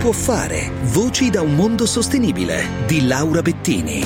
può fare. Voci da un mondo sostenibile di Laura Bettini.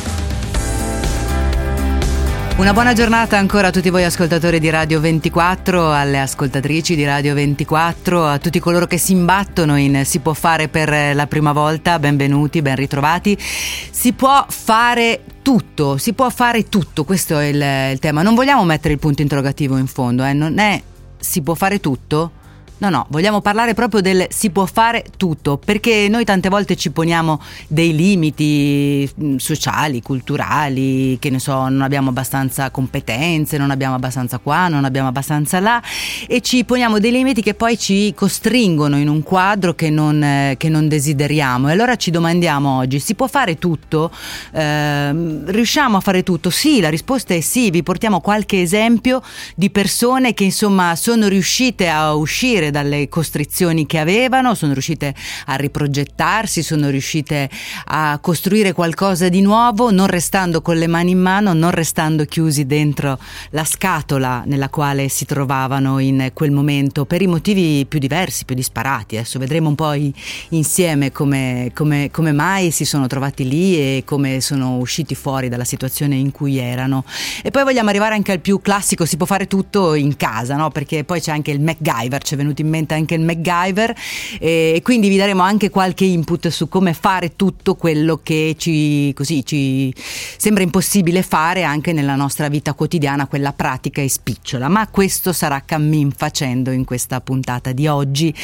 Una buona giornata ancora a tutti voi ascoltatori di Radio 24, alle ascoltatrici di Radio 24, a tutti coloro che si imbattono in Si può fare per la prima volta. Benvenuti, ben ritrovati. Si può fare tutto, questo è il tema. Non vogliamo mettere il punto interrogativo in fondo, non è si può fare tutto? No, vogliamo parlare proprio del si può fare tutto, perché noi tante volte ci poniamo dei limiti sociali, culturali, che ne so, non abbiamo abbastanza competenze, non abbiamo abbastanza qua, non abbiamo abbastanza là, e ci poniamo dei limiti che poi ci costringono in un quadro che non desideriamo. E allora ci domandiamo oggi, si può fare tutto? Riusciamo a fare tutto? Sì, la risposta è sì. Vi portiamo qualche esempio di persone che insomma sono riuscite a uscire dalle costrizioni che avevano, sono riuscite a riprogettarsi, sono riuscite a costruire qualcosa di nuovo, non restando con le mani in mano, non restando chiusi dentro la scatola nella quale si trovavano in quel momento, per i motivi più diversi, più disparati. Adesso vedremo un po' insieme come mai si sono trovati lì e come sono usciti fuori dalla situazione in cui erano. E poi vogliamo arrivare anche al più classico, si può fare tutto in casa, no? Perché poi c'è anche il MacGyver, ci è venuto in mente anche il MacGyver, e quindi vi daremo anche qualche input su come fare tutto quello che ci sembra impossibile fare anche nella nostra vita quotidiana, quella pratica e spicciola. Ma questo sarà cammin facendo in questa puntata di oggi.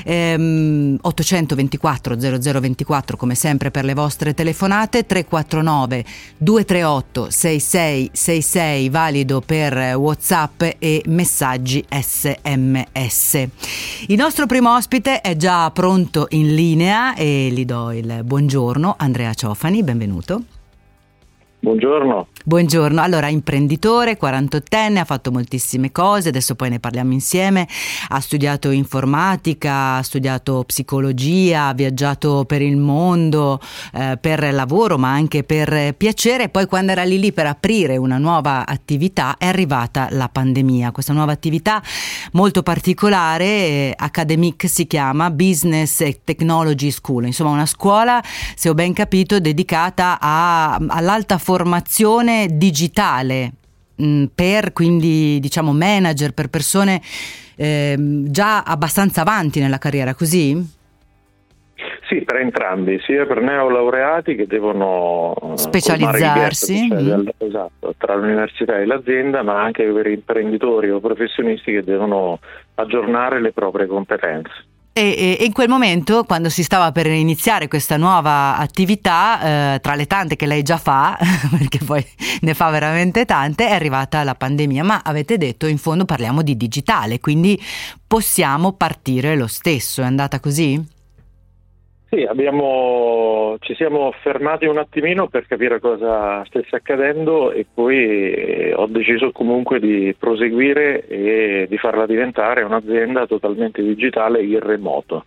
824 0024 come sempre per le vostre telefonate, 349 238 6666 valido per WhatsApp e messaggi SMS. Il nostro primo ospite è già pronto in linea e gli do il buongiorno. Andrea Ciofani, benvenuto. Buongiorno. Allora, imprenditore, 48enne, ha fatto moltissime cose, adesso poi ne parliamo insieme. Ha studiato informatica, ha studiato psicologia, ha viaggiato per il mondo per lavoro ma anche per piacere. Poi quando era lì per aprire una nuova attività è arrivata la pandemia. Questa nuova attività molto particolare, Academic si chiama, Business and Technology School, insomma una scuola, se ho ben capito, dedicata all'alta formazione digitale per, quindi diciamo, manager, per persone già abbastanza avanti nella carriera, così? Sì, per entrambi, sia per neolaureati che devono specializzarsi esatto, tra l'università e l'azienda, ma anche per imprenditori o professionisti che devono aggiornare le proprie competenze. E in quel momento, quando si stava per iniziare questa nuova attività, tra le tante che lei già fa, perché poi ne fa veramente tante, è arrivata la pandemia. Ma avete detto, in fondo parliamo di digitale, quindi possiamo partire lo stesso. È andata così? Sì, ci siamo fermati un attimino per capire cosa stesse accadendo e poi ho deciso comunque di proseguire e di farla diventare un'azienda totalmente digitale in remoto.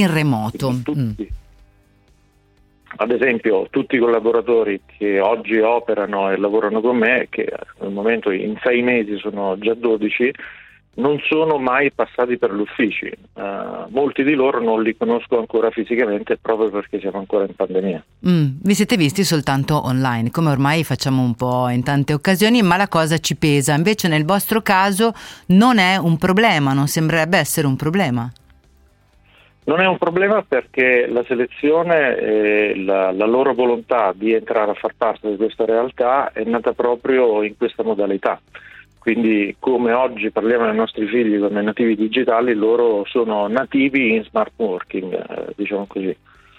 Ad esempio, tutti i collaboratori che oggi operano e lavorano con me, che al momento in 6 mesi sono già 12, non sono mai passati per gli uffici. Molti di loro non li conosco ancora fisicamente proprio perché siamo ancora in pandemia. Vi siete visti soltanto online, come ormai facciamo un po' in tante occasioni, ma la cosa ci pesa. Invece nel vostro caso non è un problema, non sembrerebbe essere un problema. Non è un problema perché la selezione e la loro volontà di entrare a far parte di questa realtà è nata proprio in questa modalità. Quindi, come oggi parliamo ai nostri figli come nativi digitali, loro sono nativi in smart working, diciamo così.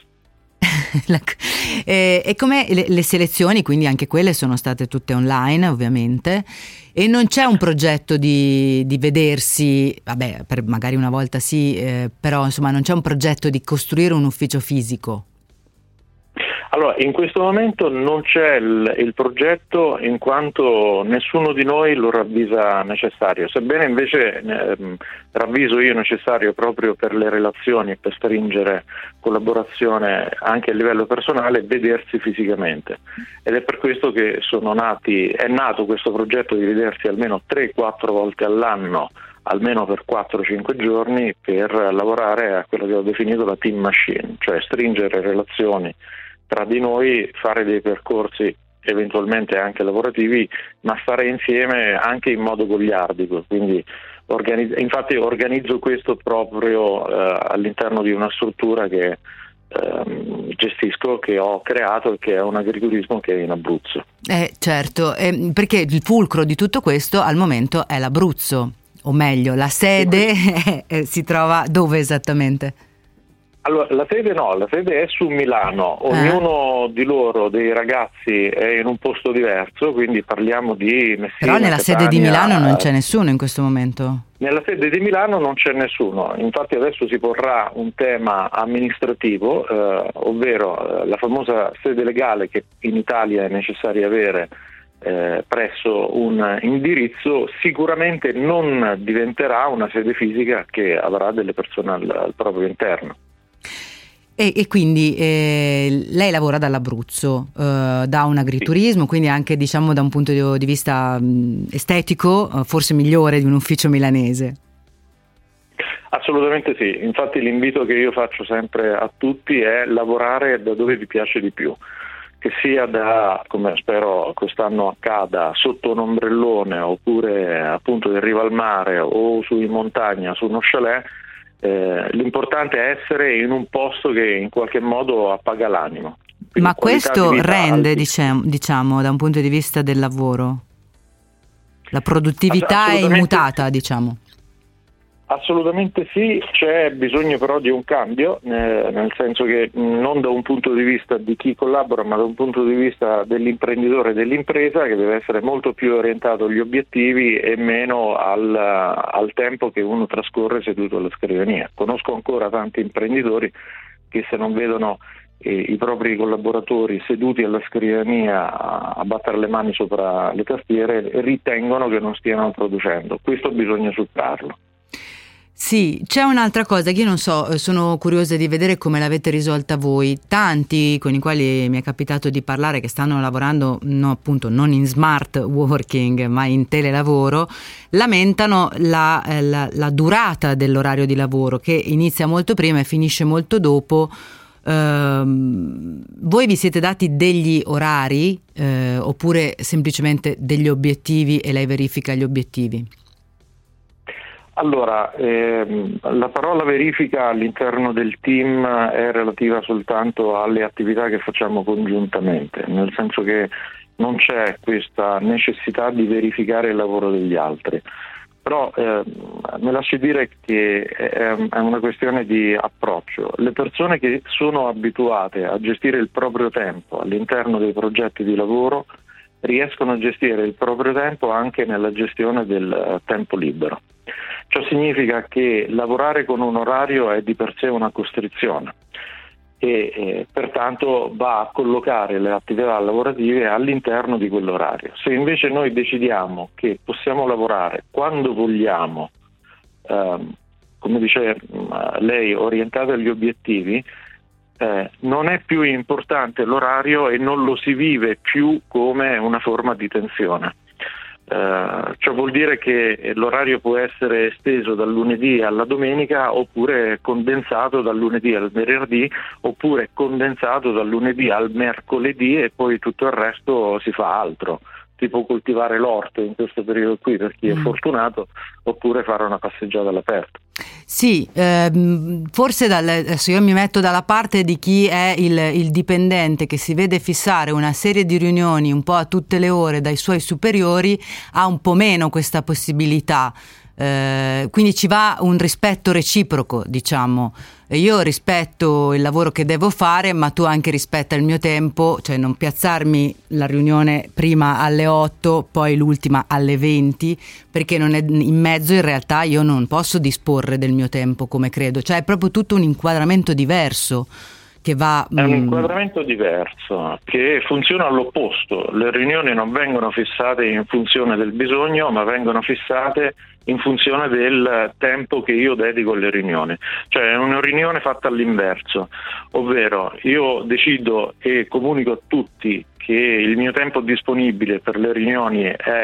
E come le selezioni, quindi anche quelle sono state tutte online ovviamente, e non c'è un progetto di vedersi, vabbè, per magari una volta sì, però insomma non c'è un progetto di costruire un ufficio fisico? Allora, in questo momento non c'è il progetto, in quanto nessuno di noi lo ravvisa necessario, sebbene invece ravviso io necessario proprio per le relazioni e per stringere collaborazione anche a livello personale, vedersi fisicamente. Ed è per questo che è nato questo progetto di vedersi almeno 3-4 volte all'anno almeno per 4-5 giorni per lavorare a quello che ho definito la team machine, cioè stringere relazioni tra di noi, fare dei percorsi eventualmente anche lavorativi, ma stare insieme anche in modo goliardico. Quindi infatti organizzo questo proprio all'interno di una struttura che gestisco, che ho creato e che è un agriturismo che è in Abruzzo. Certo, perché il fulcro di tutto questo al momento è l'Abruzzo, o meglio la sede si trova dove esattamente? Allora, la sede è su Milano, ognuno di loro, dei ragazzi, è in un posto diverso, quindi parliamo di Messina. Però nella Catania, sede di Milano non c'è nessuno in questo momento? Nella sede di Milano non c'è nessuno, infatti adesso si porrà un tema amministrativo, ovvero la famosa sede legale che in Italia è necessario avere presso un indirizzo, sicuramente non diventerà una sede fisica che avrà delle persone al proprio interno. E quindi lei lavora dall'Abruzzo, da un agriturismo, quindi anche diciamo da un punto di vista estetico forse migliore di un ufficio milanese. Assolutamente sì, infatti l'invito che io faccio sempre a tutti è lavorare da dove vi piace di più, che sia come spero quest'anno accada, sotto un ombrellone oppure appunto in riva al mare o su in montagna, su uno chalet. L'importante è essere in un posto che in qualche modo appaga l'animo. Quindi ma questo rende, diciamo, da un punto di vista del lavoro? La produttività è immutata, diciamo. Assolutamente sì, c'è bisogno però di un cambio, nel senso che non da un punto di vista di chi collabora, ma da un punto di vista dell'imprenditore e dell'impresa, che deve essere molto più orientato agli obiettivi e meno al tempo che uno trascorre seduto alla scrivania. Conosco ancora tanti imprenditori che se non vedono i propri collaboratori seduti alla scrivania a battere le mani sopra le tastiere, ritengono che non stiano producendo. Questo bisogna superarlo. Sì, c'è un'altra cosa che io non so, sono curiosa di vedere come l'avete risolta voi. Tanti con i quali mi è capitato di parlare che stanno lavorando appunto non in smart working ma in telelavoro, lamentano la durata dell'orario di lavoro, che inizia molto prima e finisce molto dopo. Voi vi siete dati degli orari oppure semplicemente degli obiettivi e lei verifica gli obiettivi? Allora, la parola verifica all'interno del team è relativa soltanto alle attività che facciamo congiuntamente, nel senso che non c'è questa necessità di verificare il lavoro degli altri. Però mi lasci dire che è una questione di approccio. Le persone che sono abituate a gestire il proprio tempo all'interno dei progetti di lavoro riescono a gestire il proprio tempo anche nella gestione del tempo libero. Ciò significa che lavorare con un orario è di per sé una costrizione e pertanto va a collocare le attività lavorative all'interno di quell'orario. Se invece noi decidiamo che possiamo lavorare quando vogliamo, come dice lei, orientate agli obiettivi, non è più importante l'orario e non lo si vive più come una forma di tensione. Ciò vuol dire che l'orario può essere esteso dal lunedì alla domenica, oppure condensato dal lunedì al venerdì, oppure condensato dal lunedì al mercoledì e poi tutto il resto si fa altro, tipo coltivare l'orto in questo periodo qui per chi è fortunato, oppure fare una passeggiata all'aperto. Sì, forse adesso io mi metto dalla parte di chi è il dipendente che si vede fissare una serie di riunioni un po' a tutte le ore dai suoi superiori, ha un po' meno questa possibilità. Quindi ci va un rispetto reciproco, diciamo. Io rispetto il lavoro che devo fare, ma tu anche rispetta il mio tempo, cioè non piazzarmi la riunione prima alle 8, poi l'ultima alle 20, perché non è in mezzo, in realtà io non posso disporre del mio tempo come credo, cioè è proprio tutto un inquadramento diverso che va... È un inquadramento diverso che funziona all'opposto. Le riunioni non vengono fissate in funzione del bisogno, ma vengono fissate in funzione del tempo che io dedico alle riunioni. Cioè è una riunione fatta all'inverso, ovvero io decido e comunico a tutti che il mio tempo disponibile per le riunioni è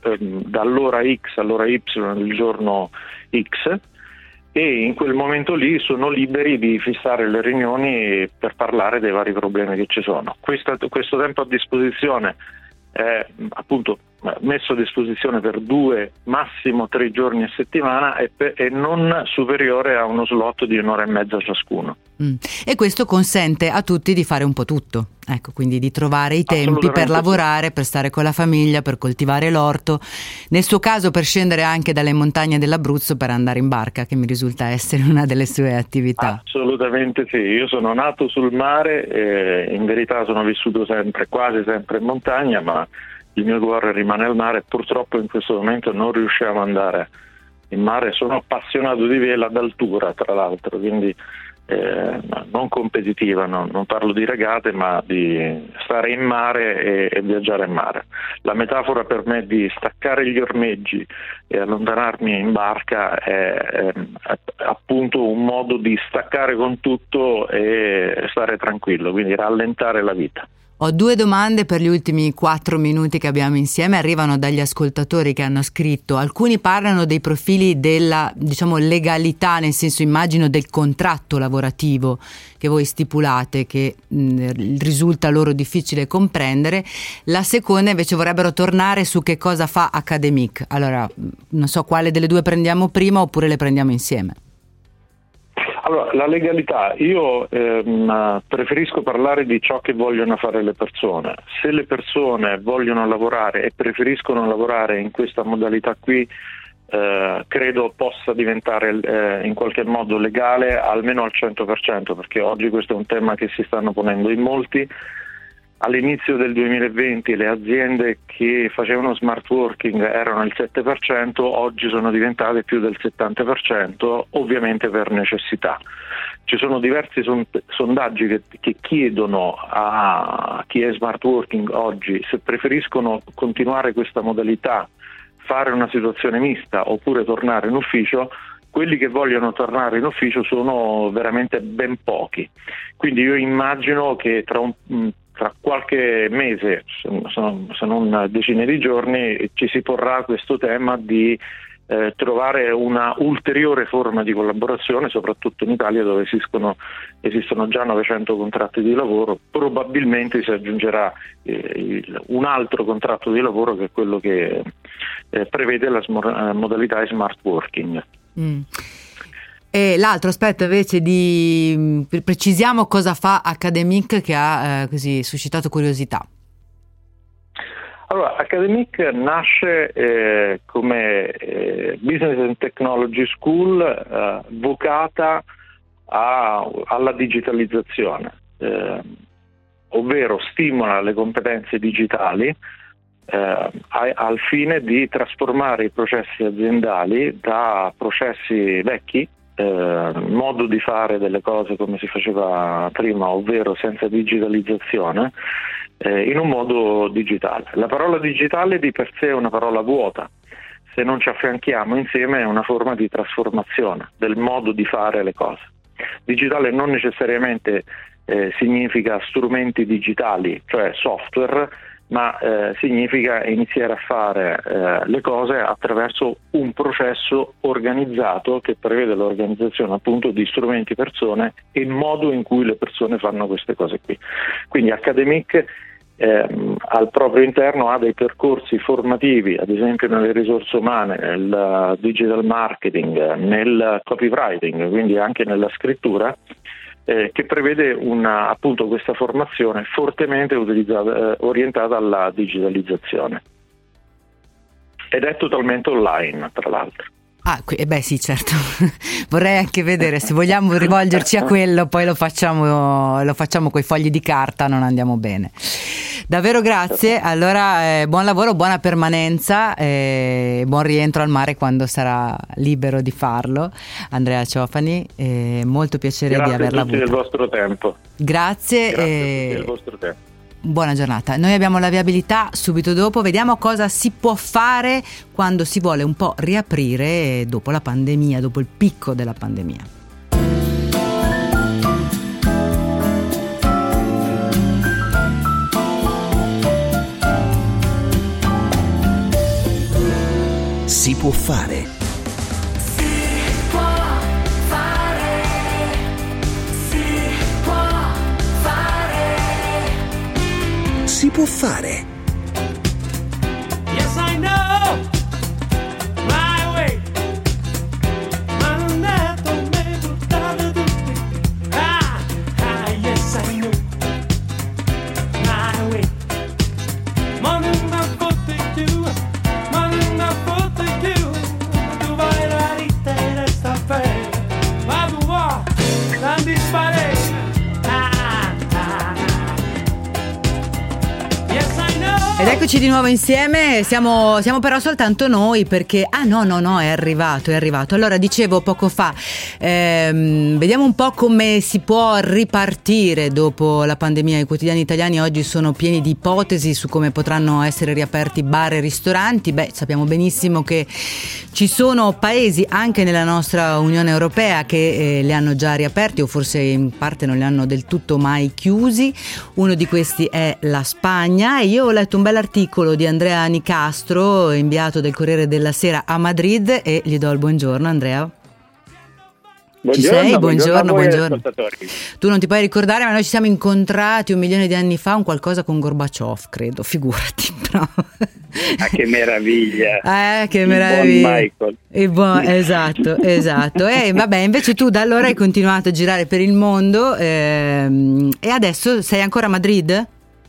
dall'ora X all'ora Y del giorno X, e in quel momento lì sono liberi di fissare le riunioni per parlare dei vari problemi che ci sono. Questo tempo a disposizione è appunto messo a disposizione per 2, massimo 3 giorni a settimana e non superiore a uno slot di 1 ora e mezza ciascuno. E questo consente a tutti di fare un po' tutto, ecco, quindi di trovare i tempi per lavorare, per stare con la famiglia, per coltivare l'orto, nel suo caso per scendere anche dalle montagne dell'Abruzzo per andare in barca, che mi risulta essere una delle sue attività. Assolutamente sì, io sono nato sul mare e in verità sono vissuto quasi sempre in montagna, ma il mio cuore rimane al mare. Purtroppo in questo momento non riusciamo ad andare in mare. Sono appassionato di vela d'altura, tra l'altro, quindi non competitiva, non parlo di regate, ma di stare in mare e viaggiare in mare. La metafora per me di staccare gli ormeggi e allontanarmi in barca è appunto un modo di staccare con tutto e stare tranquillo, quindi rallentare la vita. Ho 2 domande per gli ultimi 4 minuti che abbiamo insieme, arrivano dagli ascoltatori che hanno scritto. Alcuni parlano dei profili della, legalità, nel senso, immagino, del contratto lavorativo che voi stipulate, che risulta loro difficile comprendere. La seconda invece vorrebbero tornare su che cosa fa Academic. Allora, non so quale delle due prendiamo prima oppure le prendiamo insieme. Allora, la legalità, io preferisco parlare di ciò che vogliono fare le persone. Se le persone vogliono lavorare e preferiscono lavorare in questa modalità qui, credo possa diventare in qualche modo legale almeno al 100%, perché oggi questo è un tema che si stanno ponendo in molti. All'inizio del 2020 le aziende che facevano smart working erano il 7%, oggi sono diventate più del 70%, ovviamente per necessità. Ci sono diversi sondaggi che chiedono a chi è smart working oggi se preferiscono continuare questa modalità, fare una situazione mista oppure tornare in ufficio. Quelli che vogliono tornare in ufficio sono veramente ben pochi. Quindi io immagino che tra qualche mese, se non decine di giorni, ci si porrà questo tema di trovare una ulteriore forma di collaborazione, soprattutto in Italia dove esistono già 900 contratti di lavoro. Probabilmente si aggiungerà un altro contratto di lavoro, che è quello che prevede la modalità smart working. E l'altro aspetto invece precisiamo cosa fa Academic, che ha così suscitato curiosità. Allora, Academic nasce come Business and Technology School vocata alla digitalizzazione, ovvero stimola le competenze digitali al fine di trasformare i processi aziendali da processi vecchi, modo di fare delle cose come si faceva prima, ovvero senza digitalizzazione, in un modo digitale. La parola digitale di per sé è una parola vuota. Se non ci affianchiamo insieme è una forma di trasformazione del modo di fare le cose. Digitale non necessariamente significa strumenti digitali, cioè software, ma significa iniziare a fare le cose attraverso un processo organizzato che prevede l'organizzazione appunto di strumenti, persone e il modo in cui le persone fanno queste cose qui. Quindi Academic al proprio interno ha dei percorsi formativi, ad esempio nelle risorse umane, nel digital marketing, nel copywriting, quindi anche nella scrittura, che prevede appunto questa formazione fortemente orientata alla digitalizzazione, ed è totalmente online, tra l'altro. Sì, certo. Vorrei anche vedere, se vogliamo rivolgerci a quello, poi lo facciamo coi fogli di carta, non andiamo bene. Davvero grazie. Allora buon lavoro, buona permanenza, buon rientro al mare quando sarà libero di farlo, Andrea Ciofani. Molto piacere di averla avuta. Grazie del vostro tempo. Grazie del vostro tempo. Buona giornata. Noi abbiamo la viabilità subito dopo, vediamo cosa si può fare quando si vuole un po' riaprire dopo la pandemia, dopo il picco della pandemia. Si può fare. Si può fare. Yes, I know my way. Ma non è per me buttare tutti. Yes, I know my way. Ma non è per tu, ma non è per tu. Tu vai la vita e resta per. Ma tu vuoi, non disparare. Ed eccoci di nuovo insieme, siamo però soltanto noi perché, no, è arrivato. Allora dicevo poco fa, vediamo un po' come si può ripartire dopo la pandemia. I quotidiani italiani oggi sono pieni di ipotesi su come potranno essere riaperti bar e ristoranti. Sappiamo benissimo che ci sono paesi anche nella nostra Unione Europea che li hanno già riaperti o forse in parte non li hanno del tutto mai chiusi. Uno di questi è la Spagna e io ho letto un bel articolo di Andrea Nicastro, inviato del Corriere della Sera a Madrid, e gli do il buongiorno. Andrea? Ci sei? Buongiorno. Tu non ti puoi ricordare, ma noi ci siamo incontrati 1 milione di anni fa, un qualcosa con Gorbaciov, credo, figurati. Però. Che meraviglia! Che meraviglia! Buon Michael. Esatto. E vabbè, invece tu da allora hai continuato a girare per il mondo e adesso sei ancora a Madrid?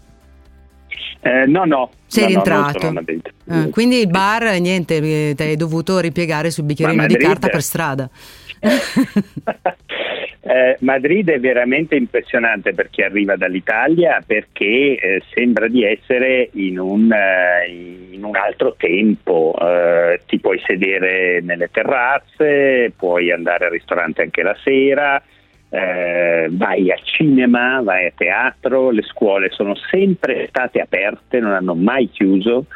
No. Sei rientrato. Quindi il Sì. bar, niente, ti hai dovuto ripiegare sul bicchierino di carta per strada. Madrid è veramente impressionante per chi arriva dall'Italia, perché sembra di essere in un altro tempo. Ti puoi sedere nelle terrazze, puoi andare al ristorante anche la sera, vai al cinema, vai a teatro, le scuole sono sempre state aperte, non hanno mai chiuso.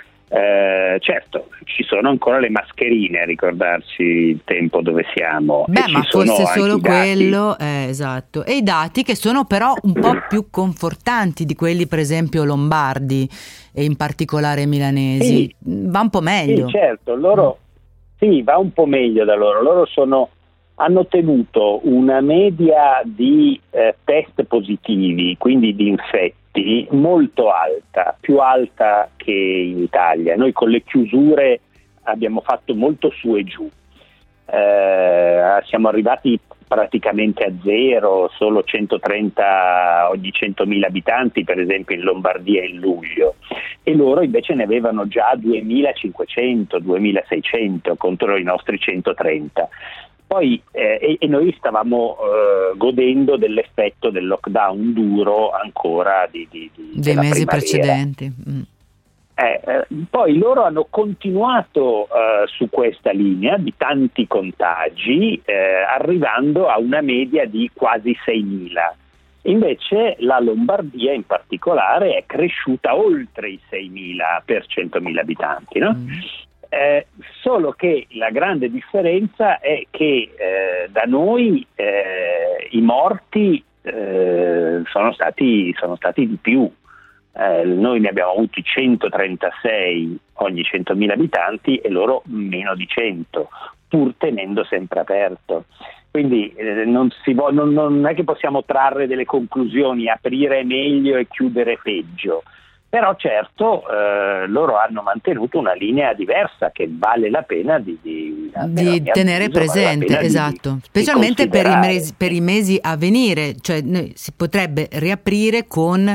Certo, ci sono ancora le mascherine a ricordarci il tempo dove siamo. Ma fosse solo quello, esatto. E i dati che sono però un po' più confortanti di quelli, per esempio, lombardi e in particolare milanesi. Sì. Va un po' meglio. Sì, certo, va un po' meglio da loro. Loro hanno tenuto una media di test positivi, quindi di infetti, molto alta, più alta che in Italia. Noi con le chiusure abbiamo fatto molto su e giù, siamo arrivati praticamente a zero, solo 130 ogni 100.000 abitanti per esempio in Lombardia in luglio, e loro invece ne avevano già 2.500, 2.600 contro i nostri 130. Poi e noi stavamo godendo dell'effetto del lockdown duro ancora dei mesi precedenti. Poi loro hanno continuato su questa linea di tanti contagi, arrivando a una media di quasi 6.000. Invece la Lombardia in particolare è cresciuta oltre i 6.000 per 100.000 abitanti, no? Solo che la grande differenza è che da noi i morti sono stati di più. Noi ne abbiamo avuti 136 ogni 100.000 abitanti e loro meno di 100, pur tenendo sempre aperto. Quindi non è che possiamo trarre delle conclusioni, aprire è meglio e chiudere peggio. Però certo loro hanno mantenuto una linea diversa che vale la pena di tenere presente, esatto, specialmente per i mesi a venire, cioè si potrebbe riaprire con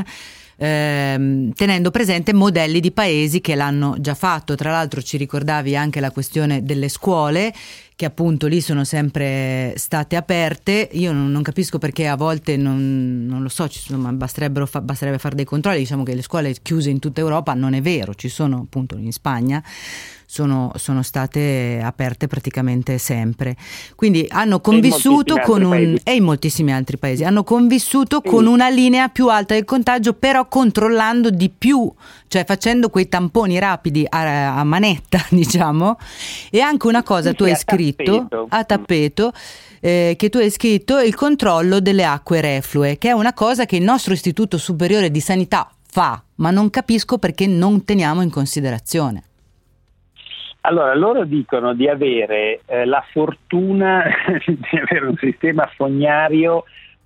tenendo presente modelli di paesi che l'hanno già fatto. Tra l'altro ci ricordavi anche la questione delle scuole, che appunto lì sono sempre state aperte. Io non capisco perché a volte non lo so, basterebbe fare dei controlli. Diciamo che le scuole chiuse in tutta Europa non è vero, ci sono appunto in Spagna, sono state aperte praticamente sempre. Quindi hanno convissuto e in moltissimi altri paesi hanno convissuto con una linea più alta del contagio, però controllando di più, cioè facendo quei tamponi rapidi a manetta, diciamo. E anche una cosa tu hai scritto a tappeto, che tu hai scritto, il controllo delle acque reflue, che è una cosa che il nostro Istituto Superiore di Sanità fa, ma non capisco perché non teniamo in considerazione. Allora, loro dicono di avere la fortuna di avere un sistema fognario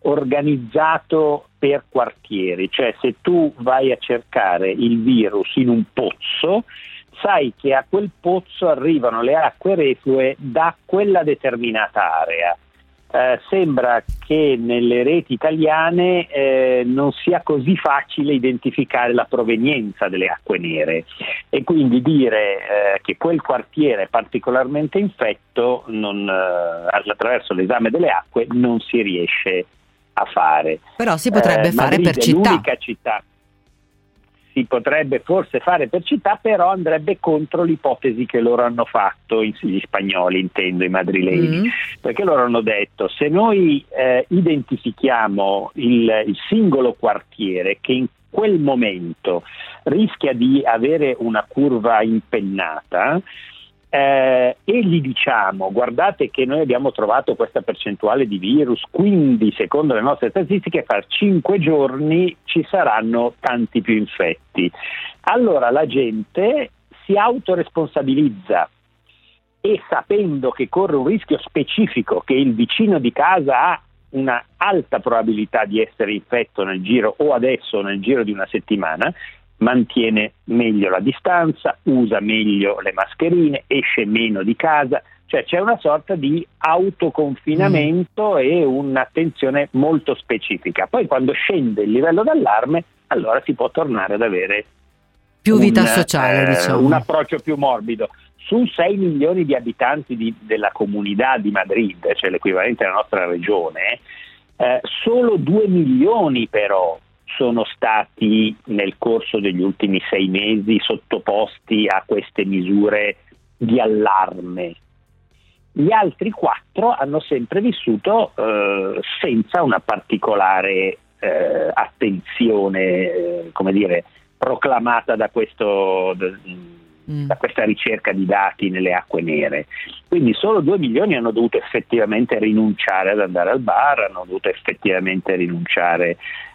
organizzato per quartieri, cioè se tu vai a cercare il virus in un pozzo, sai che a quel pozzo arrivano le acque reflue da quella determinata area. Sembra che nelle reti italiane non sia così facile identificare la provenienza delle acque nere, e quindi dire che quel quartiere è particolarmente infetto attraverso l'esame delle acque non si riesce a fare. Però si potrebbe fare Madrid per città. È l'unica città. Si potrebbe forse fare per città, però andrebbe contro l'ipotesi che loro hanno fatto, gli spagnoli intendo, i madrileni, perché loro hanno detto: se noi identifichiamo il singolo quartiere che in quel momento rischia di avere una curva impennata, e gli diciamo: guardate che noi abbiamo trovato questa percentuale di virus, quindi secondo le nostre statistiche fra 5 giorni ci saranno tanti più infetti, allora la gente si autoresponsabilizza, e sapendo che corre un rischio specifico, che il vicino di casa ha una alta probabilità di essere infetto nel giro o adesso o nel giro di una settimana, mantiene meglio la distanza, usa meglio le mascherine, esce meno di casa, cioè c'è una sorta di autoconfinamento e un'attenzione molto specifica. Poi quando scende il livello d'allarme, allora si può tornare ad avere più vita sociale, diciamo. Un approccio più morbido. Su 6 milioni di abitanti della comunità di Madrid, cioè l'equivalente della nostra regione, solo 2 milioni però sono stati nel corso degli ultimi 6 mesi sottoposti a queste misure di allarme. Gli altri 4 hanno sempre vissuto senza una particolare attenzione, come dire, proclamata da questa ricerca di dati nelle acque nere. Quindi solo 2 milioni hanno dovuto effettivamente rinunciare ad andare al bar, hanno dovuto effettivamente rinunciare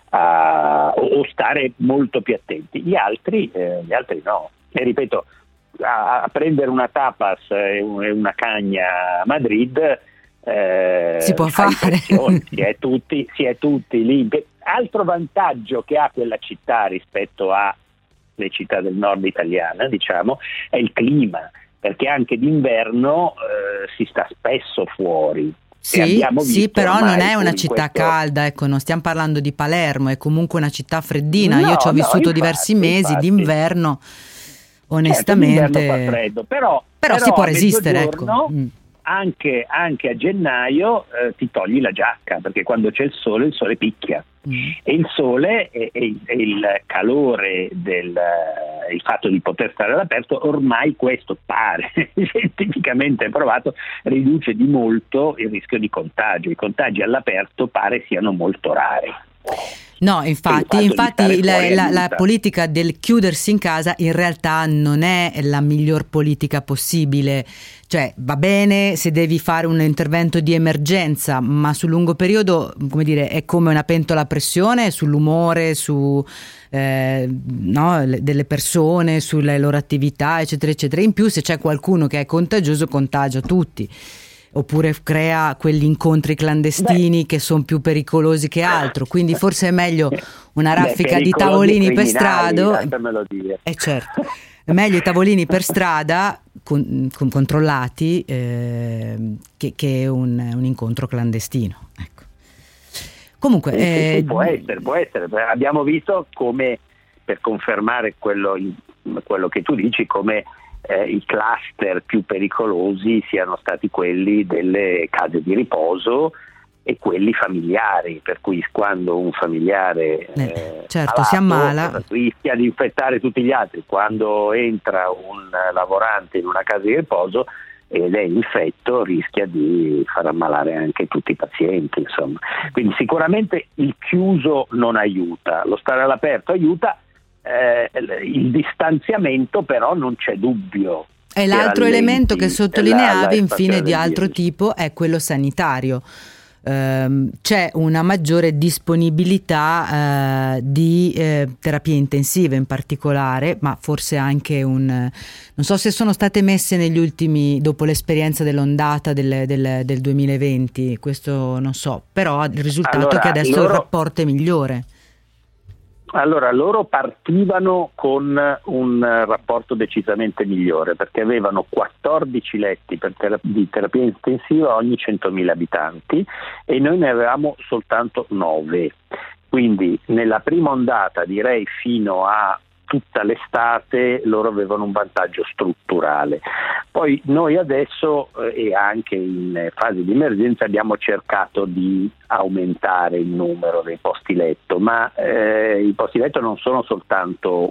o stare molto più attenti. Gli altri no. E ripeto, a prendere una tapas e una cagna a Madrid si può fare. Si è tutti lì. Altro vantaggio che ha quella città rispetto alle città del nord italiane, diciamo, è il clima, perché anche d'inverno si sta spesso fuori. Sì, però non è una città calda, ecco, non stiamo parlando di Palermo, è comunque una città freddina. Io ci ho vissuto diversi mesi d'inverno, onestamente. Certo, fa freddo, però si può resistere, ecco. Anche a gennaio ti togli la giacca, perché quando c'è il sole picchia. E il sole e il calore il fatto di poter stare all'aperto, ormai questo pare scientificamente provato, riduce di molto il rischio di contagio. I contagi all'aperto pare siano molto rari. No, infatti la politica del chiudersi in casa in realtà non è la miglior politica possibile. Cioè, va bene se devi fare un intervento di emergenza, ma sul lungo periodo, come dire, è come una pentola a pressione sull'umore, delle persone, sulle loro attività, eccetera, eccetera. In più, se c'è qualcuno che è contagioso, contagia tutti. Oppure crea quegli incontri clandestini che sono più pericolosi che altro, quindi forse è meglio una raffica di tavolini per strada. Certo, è meglio i tavolini per strada controllati che un incontro clandestino. Ecco. Comunque può essere. Abbiamo visto come, per confermare quello che tu dici, come i cluster più pericolosi siano stati quelli delle case di riposo e quelli familiari, per cui quando un familiare certo, si ammala, rischia di infettare tutti gli altri. Quando entra un lavorante in una casa di riposo ed è infetto, rischia di far ammalare anche tutti i pazienti, insomma. Quindi sicuramente il chiuso non aiuta, lo stare all'aperto aiuta. Il distanziamento però non c'è dubbio. E l'altro elemento che sottolineavi infine di altro tipo è quello sanitario. c'è una maggiore disponibilità di terapie intensive in particolare, ma forse anche non so se sono state messe negli ultimi, dopo l'esperienza dell'ondata del 2020, questo non so, però il risultato è che adesso il rapporto è migliore. Allora, loro partivano con un rapporto decisamente migliore, perché avevano 14 letti di terapia intensiva ogni 100.000 abitanti e noi ne avevamo soltanto 9. Quindi nella prima ondata, direi fino a tutta l'estate, loro avevano un vantaggio strutturale. Poi noi adesso e anche in fase di emergenza abbiamo cercato di aumentare il numero dei posti letto, ma i posti letto non sono soltanto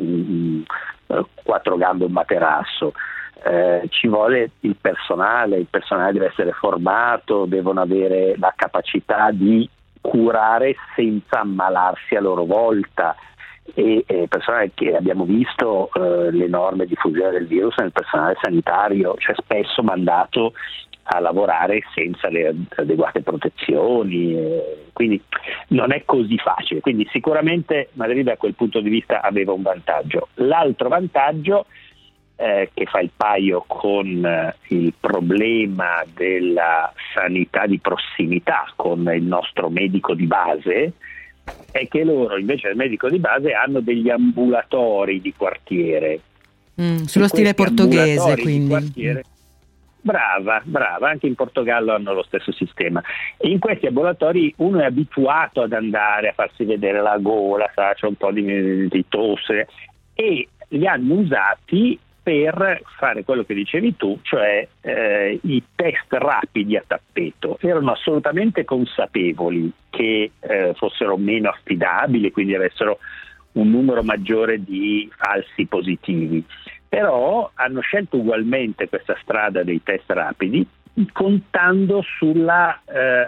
4 gambe e un materasso. Ci vuole il personale deve essere formato, devono avere la capacità di curare senza ammalarsi a loro volta, e personale che abbiamo visto l'enorme diffusione del virus nel personale sanitario, cioè spesso mandato a lavorare senza le adeguate protezioni, quindi non è così facile. Quindi sicuramente Madrid da quel punto di vista aveva un vantaggio. L'altro vantaggio che fa il paio con il problema della sanità di prossimità con il nostro medico di base è che loro invece del medico di base hanno degli ambulatori di quartiere. Sullo stile portoghese, quindi. Brava, anche in Portogallo hanno lo stesso sistema. E in questi ambulatori uno è abituato ad andare a farsi vedere la gola, c'è un po' di tosse, e li hanno usati per fare quello che dicevi tu, cioè i test rapidi a tappeto. Erano assolutamente consapevoli che fossero meno affidabili, quindi avessero un numero maggiore di falsi positivi, però hanno scelto ugualmente questa strada dei test rapidi, contando sulla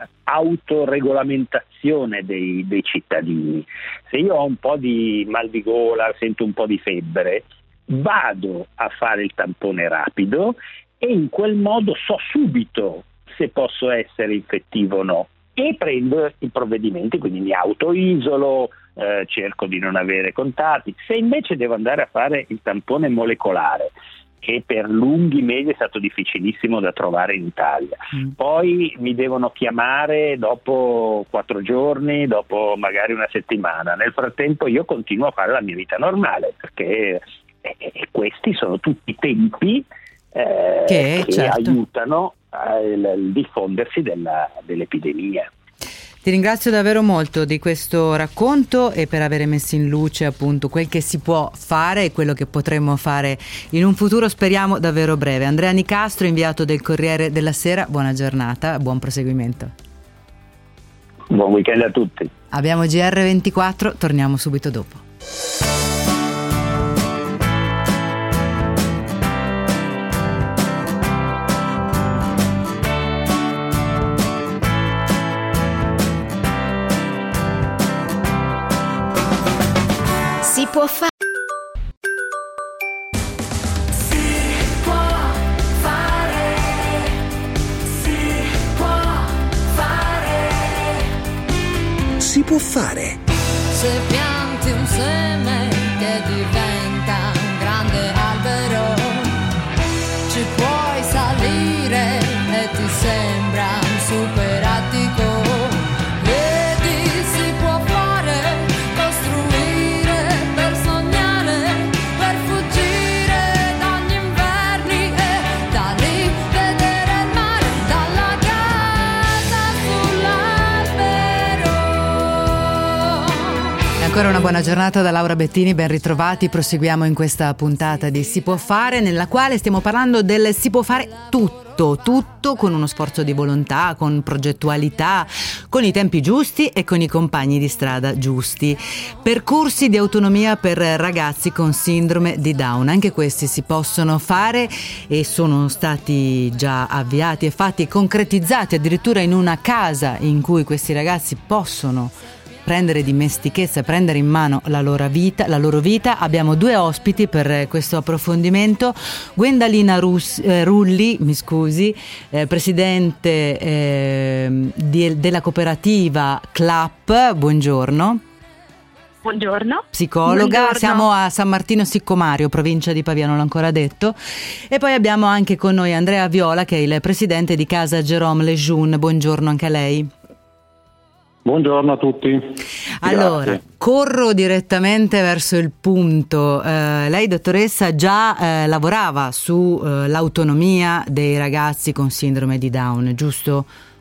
autoregolamentazione dei cittadini. Se io ho un po' di mal di gola, sento un po' di febbre, vado a fare il tampone rapido e in quel modo so subito se posso essere infettivo o no e prendo i provvedimenti, quindi mi autoisolo, cerco di non avere contatti. Se invece devo andare a fare il tampone molecolare, che per lunghi mesi è stato difficilissimo da trovare in Italia, poi mi devono chiamare dopo 4 giorni, dopo magari una settimana, nel frattempo io continuo a fare la mia vita normale, perché questi sono tutti tempi che certo aiutano al diffondersi dell'epidemia. Ti ringrazio davvero molto di questo racconto e per aver messo in luce appunto quel che si può fare e quello che potremmo fare in un futuro, speriamo davvero breve. Andrea Nicastro, inviato del Corriere della Sera, buona giornata, buon proseguimento. Buon weekend a tutti. Abbiamo GR24, torniamo subito dopo. Si può fare. Si può fare. Se pianti un seme che diventa un grande albero, ci puoi salire e ti sembra un super attico. Vedi, si può fare, costruire per sognare, per fuggire dagli inverni e da lì vedere il mare dalla casa sull'albero. Ancora una buona giornata da Laura Bettini, ben ritrovati. Proseguiamo in questa puntata di Si può fare, nella quale stiamo parlando del si può fare tutto con uno sforzo di volontà, con progettualità, con i tempi giusti e con i compagni di strada giusti. Percorsi di autonomia per ragazzi con sindrome di Down, anche questi si possono fare e sono stati già avviati e fatti e concretizzati addirittura in una casa in cui questi ragazzi possono prendere dimestichezza, prendere in mano la loro vita. Abbiamo 2 ospiti per questo approfondimento. Gwendalina Rulli, mi scusi, presidente della cooperativa CLAP, buongiorno. Buongiorno. Psicologa. Buongiorno. Siamo a San Martino Siccomario, provincia di Pavia, non l'ho ancora detto. E poi abbiamo anche con noi Andrea Viola, che è il presidente di Casa Jérôme Lejeune. Buongiorno anche a lei. Buongiorno a tutti. Allora, grazie. Corro direttamente verso il punto. Lei, dottoressa, già lavorava su l'autonomia dei ragazzi con sindrome di Down, giusto?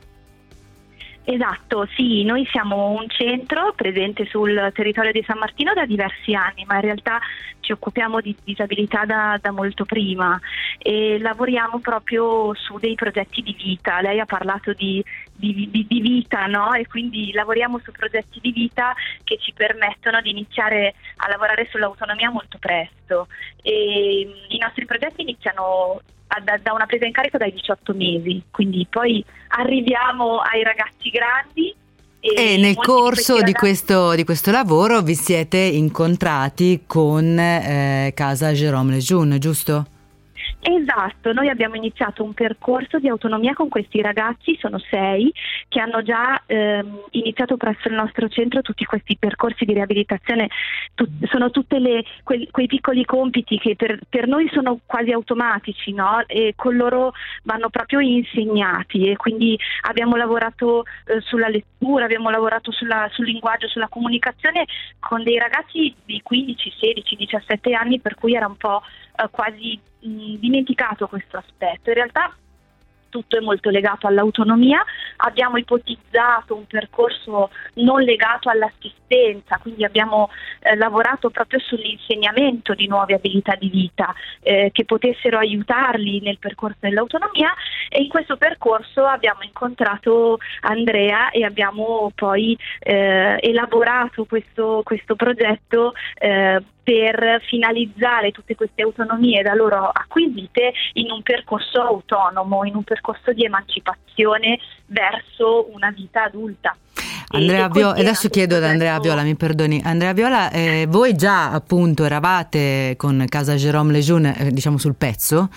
Esatto, sì, noi siamo un centro presente sul territorio di San Martino da diversi anni, ma in realtà ci occupiamo di disabilità da molto prima e lavoriamo proprio su dei progetti di vita. Lei ha parlato di vita, no? E quindi lavoriamo su progetti di vita che ci permettono di iniziare a lavorare sull'autonomia molto presto. E i nostri progetti iniziano da una presa in carico dai 18 mesi, quindi poi arriviamo ai ragazzi grandi e nel corso di questo lavoro vi siete incontrati con Casa Jérôme Lejeune, giusto? Esatto, noi abbiamo iniziato un percorso di autonomia con questi ragazzi, sono 6, che hanno già iniziato presso il nostro centro tutti questi percorsi di riabilitazione. Sono tutti quei piccoli compiti che per noi sono quasi automatici, no? E con loro vanno proprio insegnati, e quindi abbiamo lavorato sulla lettura, abbiamo lavorato sul linguaggio, sulla comunicazione con dei ragazzi di 15, 16, 17 anni, per cui era un po' quasi dimenticato questo aspetto. In realtà tutto è molto legato all'autonomia. Abbiamo ipotizzato un percorso non legato all'assistenza, quindi abbiamo lavorato proprio sull'insegnamento di nuove abilità di vita che potessero aiutarli nel percorso dell'autonomia, e in questo percorso abbiamo incontrato Andrea e abbiamo poi elaborato questo progetto per finalizzare tutte queste autonomie da loro acquisite in un percorso autonomo, in un percorso di emancipazione verso una vita adulta. Adesso chiedo ad Andrea Viola, mi perdoni. Andrea Viola, voi già appunto eravate con Casa Jérôme Lejeune, diciamo, sul pezzo,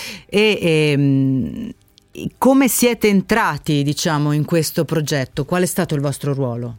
e come siete entrati, diciamo, in questo progetto? Qual è stato il vostro ruolo?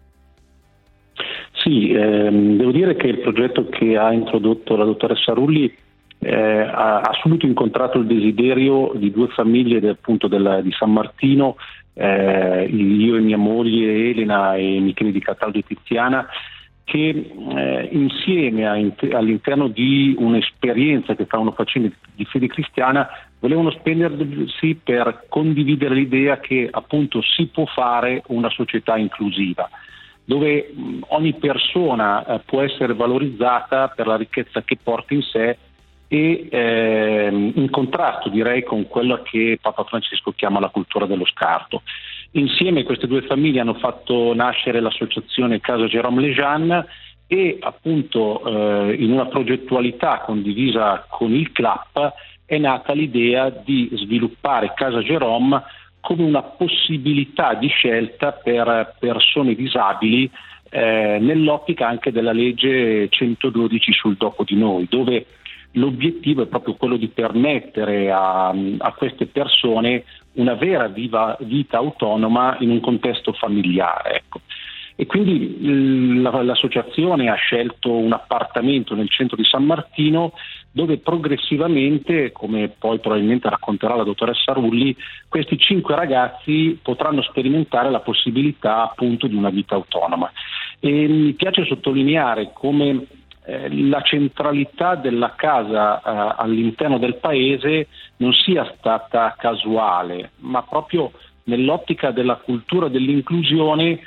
Sì, devo dire che il progetto che ha introdotto la dottoressa Rulli ha subito incontrato il desiderio di 2 famiglie di San Martino, io e mia moglie Elena e Michele di Cataldo e Tiziana, che insieme all'interno di un'esperienza che stavano facendo di fede cristiana volevano spendersi per condividere l'idea che appunto si può fare una società inclusiva, dove ogni persona può essere valorizzata per la ricchezza che porta in sé e in contrasto, direi, con quella che Papa Francesco chiama la cultura dello scarto. Insieme queste 2 famiglie hanno fatto nascere l'associazione Casa Jérôme Lejeune e appunto in una progettualità condivisa con il CLAP è nata l'idea di sviluppare Casa Jérôme come una possibilità di scelta per persone disabili nell'ottica anche della legge 112 sul dopo di noi, dove l'obiettivo è proprio quello di permettere a queste persone una vera vita autonoma in un contesto familiare, ecco. E quindi l'associazione ha scelto un appartamento nel centro di San Martino, dove progressivamente, come poi probabilmente racconterà la dottoressa Rulli, questi 5 ragazzi potranno sperimentare la possibilità appunto di una vita autonoma. E mi piace sottolineare come la centralità della casa all'interno del paese non sia stata casuale, ma proprio nell'ottica della cultura dell'inclusione.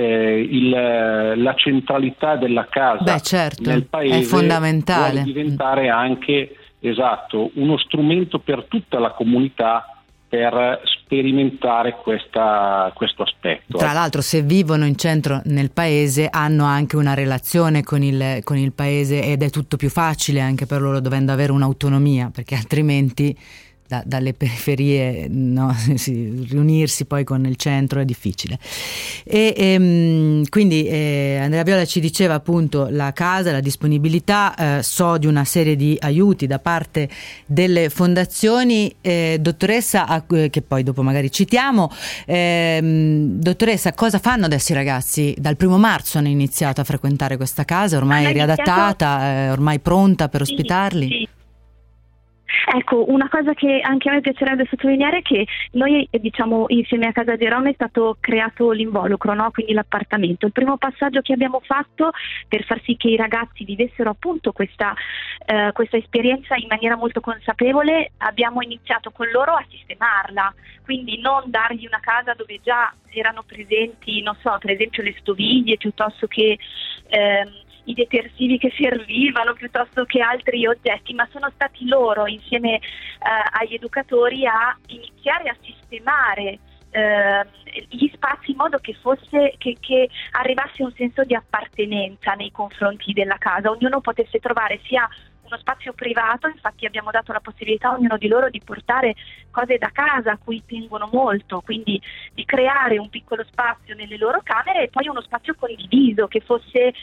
La centralità della casa nel paese è fondamentale. Vuole diventare anche uno strumento per tutta la comunità per sperimentare questo aspetto. Tra l'altro, se vivono in centro nel paese, hanno anche una relazione con il paese ed è tutto più facile anche per loro, dovendo avere un'autonomia, perché altrimenti dalle periferie, no? Riunirsi poi con il centro è difficile. Quindi Andrea Viola ci diceva appunto la casa, la disponibilità, so di una serie di aiuti da parte delle fondazioni. Dottoressa, che poi dopo magari citiamo, dottoressa, cosa fanno adesso i ragazzi? Dal 1 marzo hanno iniziato a frequentare questa casa, ormai riadattata, ormai pronta per ospitarli? Sì. Ecco, una cosa che anche a me piacerebbe sottolineare è che noi, diciamo, insieme a Casa Jerome è stato creato l'involucro, no? Quindi l'appartamento. Il primo passaggio che abbiamo fatto per far sì che i ragazzi vivessero appunto questa esperienza in maniera molto consapevole, abbiamo iniziato con loro a sistemarla, quindi non dargli una casa dove già erano presenti, non so, per esempio le stoviglie piuttosto che i detersivi che servivano, piuttosto che altri oggetti, ma sono stati loro insieme agli educatori a iniziare a sistemare gli spazi in modo che che arrivasse un senso di appartenenza nei confronti della casa, ognuno potesse trovare sia uno spazio privato, infatti abbiamo dato la possibilità a ognuno di loro di portare cose da casa a cui tengono molto, quindi di creare un piccolo spazio nelle loro camere e poi uno spazio condiviso che fosse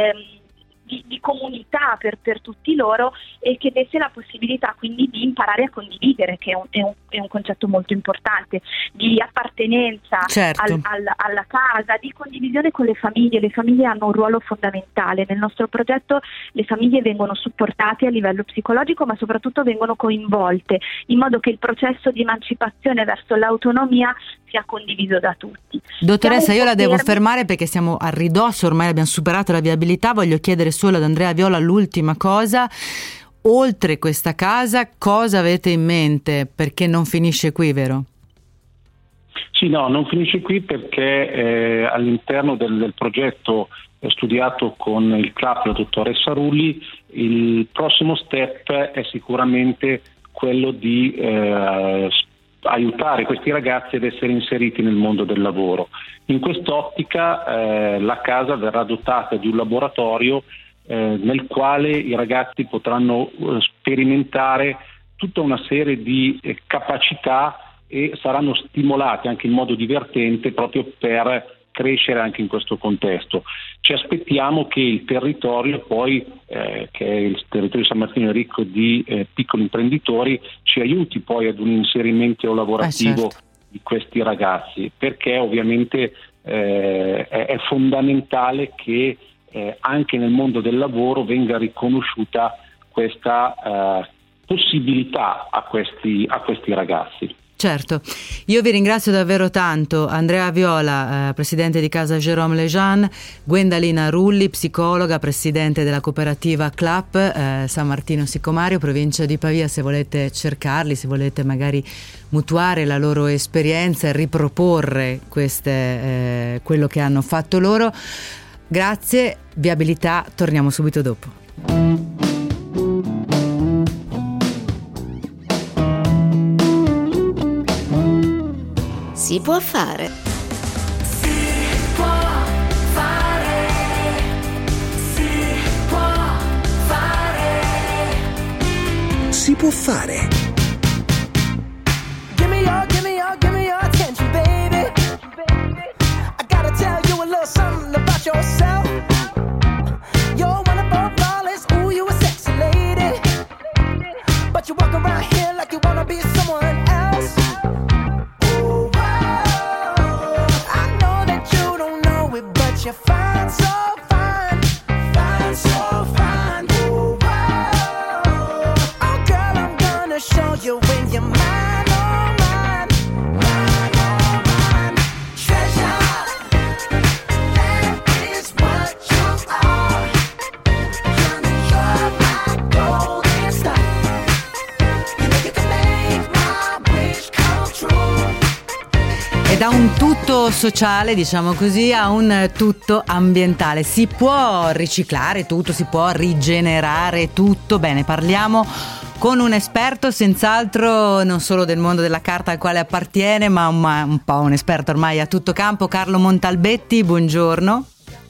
di comunità per tutti loro e che desse la possibilità quindi di imparare a condividere, che è un concetto molto importante, di appartenenza, certo, alla casa, di condivisione con le famiglie. Le famiglie hanno un ruolo fondamentale. Nel nostro progetto le famiglie vengono supportate a livello psicologico, ma soprattutto vengono coinvolte, in modo che il processo di emancipazione verso l'autonomia sia condiviso da tutti. Dottoressa, io la devo fermare perché siamo a ridosso, ormai abbiamo superato la viabilità. Voglio chiedere solo ad Andrea Viola l'ultima cosa: oltre questa casa cosa avete in mente? Perché non finisce qui, vero? Sì, no, non finisce qui perché all'interno del progetto studiato con il CLAP, la dottoressa Rulli, il prossimo step è sicuramente quello di aiutare questi ragazzi ad essere inseriti nel mondo del lavoro. In quest'ottica la casa verrà dotata di un laboratorio nel quale i ragazzi potranno sperimentare tutta una serie di capacità e saranno stimolati anche in modo divertente proprio per crescere anche in questo contesto. Ci aspettiamo che il territorio poi, che è il territorio di San Martino è ricco di piccoli imprenditori, ci aiuti poi ad un inserimento lavorativo certo, di questi ragazzi, perché ovviamente è fondamentale che anche nel mondo del lavoro venga riconosciuta questa possibilità a questi ragazzi. Certo, io vi ringrazio davvero tanto. Andrea Viola, presidente di Casa Jerome Lejeune, Gwendalina Rulli, psicologa, presidente della cooperativa CLAP San Martino Siccomario, provincia di Pavia. Se volete cercarli, se volete magari mutuare la loro esperienza e riproporre quello che hanno fatto loro. Grazie, viabilità, torniamo subito dopo. Si può fare. Si può fare. Si può fare. Si può fare. Give me your attention, baby. I gotta tell you a little something about yourself. You're wonderful, flawless, ooh, you a sexy lady. But you walk around here like you wanna be someone else. You're fine, so fine, fine, so fine. Ooh, wow. Oh, girl, I'm gonna show you when you're mine, oh mine, mine, oh mine. Treasure, that is what you are. Honey, you're my golden star. You know you can make my wish come true. E da un tutto sociale, diciamo così, a un tutto ambientale. Si può riciclare tutto, si può rigenerare tutto. Bene, parliamo con un esperto, senz'altro non solo del mondo della carta al quale appartiene, ma un po' un esperto ormai a tutto campo. Carlo Montalbetti, buongiorno.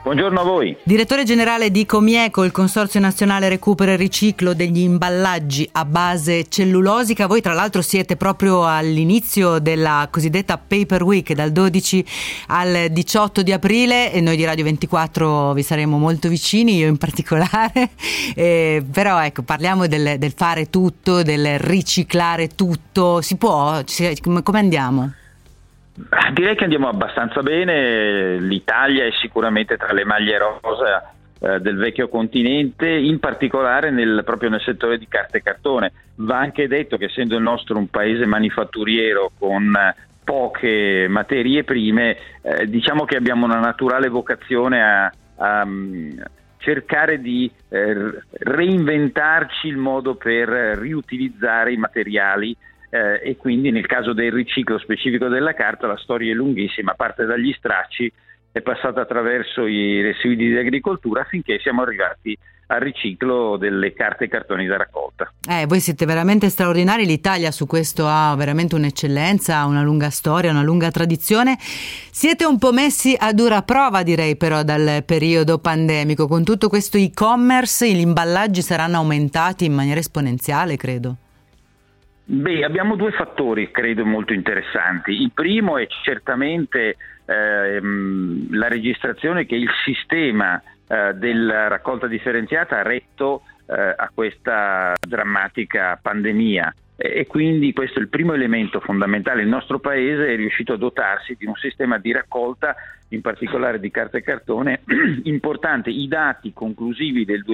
Buongiorno a voi. Direttore generale di Comieco, il Consorzio Nazionale Recupero e Riciclo degli imballaggi a base cellulosica. Voi tra l'altro siete proprio all'inizio della cosiddetta Paper Week, dal 12 al 18 di aprile, e noi di Radio 24 vi saremo molto vicini, io in particolare. Però ecco, parliamo del fare tutto, del riciclare tutto. Si può? Come andiamo? Direi che andiamo abbastanza bene. L'Italia è sicuramente tra le maglie rosa del vecchio continente, in particolare proprio nel settore di carta e cartone. Va anche detto che, essendo il nostro un paese manifatturiero con poche materie prime, diciamo che abbiamo una naturale vocazione a cercare di reinventarci il modo per riutilizzare i materiali. E quindi nel caso del riciclo specifico della carta la storia è lunghissima, parte dagli stracci, è passata attraverso i residui di agricoltura finché siamo arrivati al riciclo delle carte e cartoni da raccolta. Voi siete veramente straordinari, l'Italia su questo ha veramente un'eccellenza, ha una lunga storia, una lunga tradizione. Siete un po' messi a dura prova, direi, però dal periodo pandemico, con tutto questo e-commerce gli imballaggi saranno aumentati in maniera esponenziale, credo. Beh, abbiamo due fattori credo molto interessanti. Il primo è certamente la registrazione che il sistema della raccolta differenziata ha retto a questa drammatica pandemia, e quindi questo è il primo elemento fondamentale. Il nostro paese è riuscito a dotarsi di un sistema di raccolta, in particolare di carta e cartone, importante. I dati conclusivi del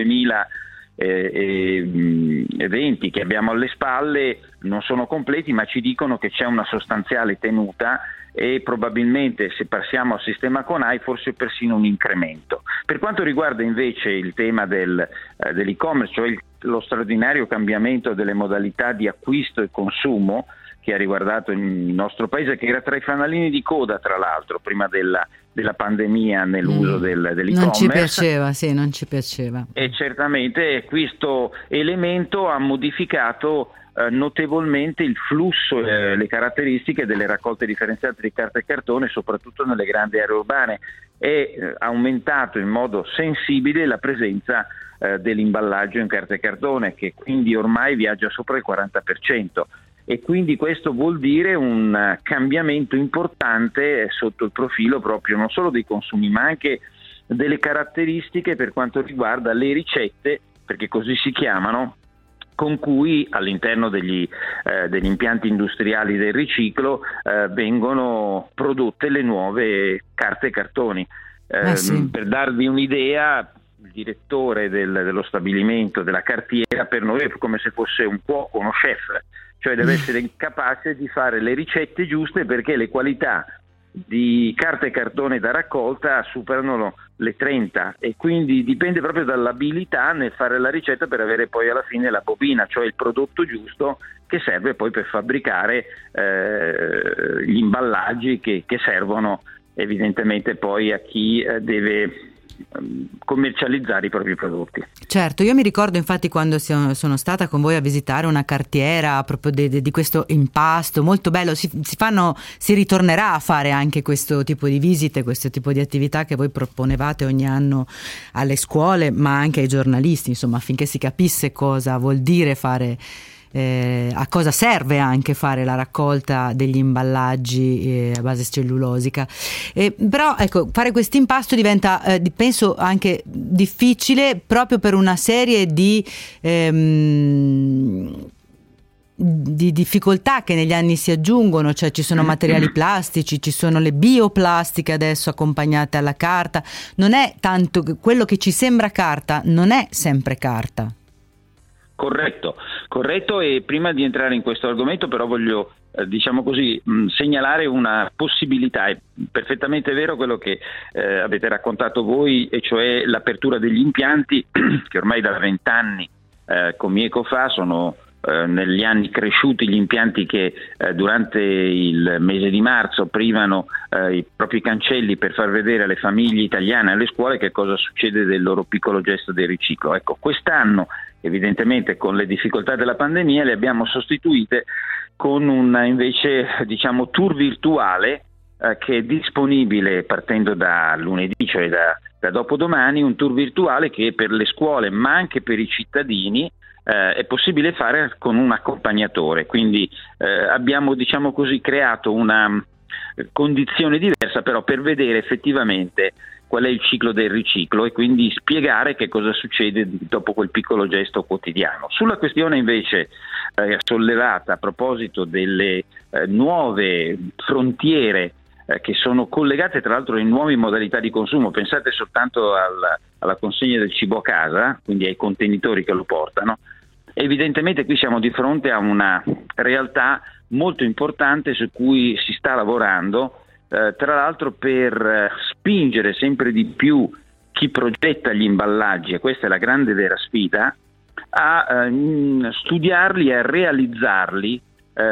2020 che abbiamo alle spalle non sono completi, ma ci dicono che c'è una sostanziale tenuta, e probabilmente, se passiamo al sistema CONAI, forse persino un incremento. Per quanto riguarda invece il tema dell'e-commerce, cioè lo straordinario cambiamento delle modalità di acquisto e consumo che ha riguardato il nostro paese, che era tra i fanalini di coda, tra l'altro, prima della pandemia nell'uso dell'e-commerce. Non ci piaceva. E certamente questo elemento ha modificato notevolmente il flusso, le caratteristiche delle raccolte differenziate di carta e cartone, soprattutto nelle grandi aree urbane. È aumentato in modo sensibile la presenza dell'imballaggio in carta e cartone, che quindi ormai viaggia sopra il 40%. E quindi questo vuol dire un cambiamento importante sotto il profilo proprio non solo dei consumi, ma anche delle caratteristiche per quanto riguarda le ricette, perché così si chiamano, con cui all'interno degli impianti industriali del riciclo vengono prodotte le nuove carte e cartoni. Sì. Per darvi un'idea, il direttore dello stabilimento, della cartiera, per noi è come se fosse un cuoco, uno chef, cioè deve essere capace di fare le ricette giuste, perché le qualità di carta e cartone da raccolta superano le 30, e quindi dipende proprio dall'abilità nel fare la ricetta per avere poi alla fine la bobina, cioè il prodotto giusto che serve poi per fabbricare gli imballaggi che servono evidentemente poi a chi deve commercializzare i propri prodotti. Certo, io mi ricordo infatti quando sono stata con voi a visitare una cartiera proprio di questo impasto molto bello. Si ritornerà a fare anche questo tipo di visite, questo tipo di attività che voi proponevate ogni anno alle scuole, ma anche ai giornalisti, insomma, affinché si capisse cosa vuol dire fare, a cosa serve anche fare la raccolta degli imballaggi a base cellulosica. Però ecco, fare questo impasto diventa penso anche difficile proprio per una serie di difficoltà che negli anni si aggiungono, cioè ci sono materiali plastici, ci sono le bioplastiche adesso accompagnate alla carta. Non è tanto quello che ci sembra carta, non è sempre carta. Corretto, e prima di entrare in questo argomento però voglio segnalare una possibilità. È perfettamente vero quello che avete raccontato voi, e cioè l'apertura degli impianti che ormai da 20 anni Comieco fa. Sono negli anni cresciuti gli impianti che durante il mese di marzo aprivano i propri cancelli per far vedere alle famiglie italiane, alle scuole, che cosa succede del loro piccolo gesto del riciclo. Ecco, quest'anno evidentemente con le difficoltà della pandemia le abbiamo sostituite con una invece tour virtuale che è disponibile partendo da lunedì, cioè da dopodomani un tour virtuale che per le scuole ma anche per i cittadini è possibile fare con un accompagnatore, quindi abbiamo, diciamo così, creato una condizione diversa però per vedere effettivamente qual è il ciclo del riciclo e quindi spiegare che cosa succede dopo quel piccolo gesto quotidiano. Sulla questione invece sollevata a proposito delle nuove frontiere che sono collegate tra l'altro alle nuove modalità di consumo, pensate soltanto alla consegna del cibo a casa, quindi ai contenitori che lo portano. Evidentemente qui siamo di fronte a una realtà molto importante su cui si sta lavorando, tra l'altro per spingere sempre di più chi progetta gli imballaggi, e questa è la grande vera sfida, a studiarli e a realizzarli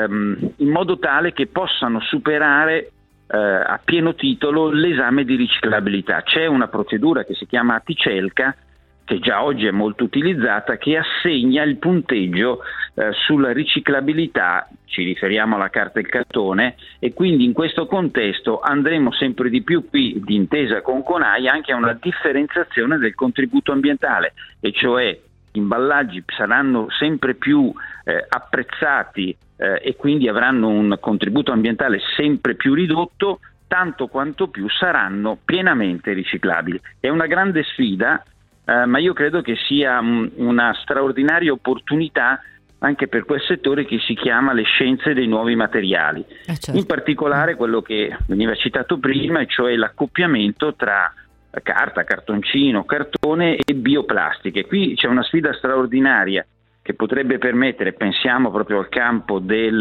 in modo tale che possano superare a pieno titolo l'esame di riciclabilità. C'è una procedura che si chiama Aticelca, che già oggi è molto utilizzata, che assegna il punteggio sulla riciclabilità, ci riferiamo alla carta e il cartone, e quindi in questo contesto andremo sempre di più qui, d'intesa con CONAI, anche a una differenziazione del contributo ambientale, e cioè gli imballaggi saranno sempre più apprezzati e quindi avranno un contributo ambientale sempre più ridotto, tanto quanto più saranno pienamente riciclabili. È una grande sfida, ma io credo che sia una straordinaria opportunità anche per quel settore che si chiama le scienze dei nuovi materiali, certo. In particolare quello che veniva citato prima, e cioè l'accoppiamento tra carta, cartoncino, cartone e bioplastiche. Qui c'è una sfida straordinaria che potrebbe permettere, pensiamo proprio al campo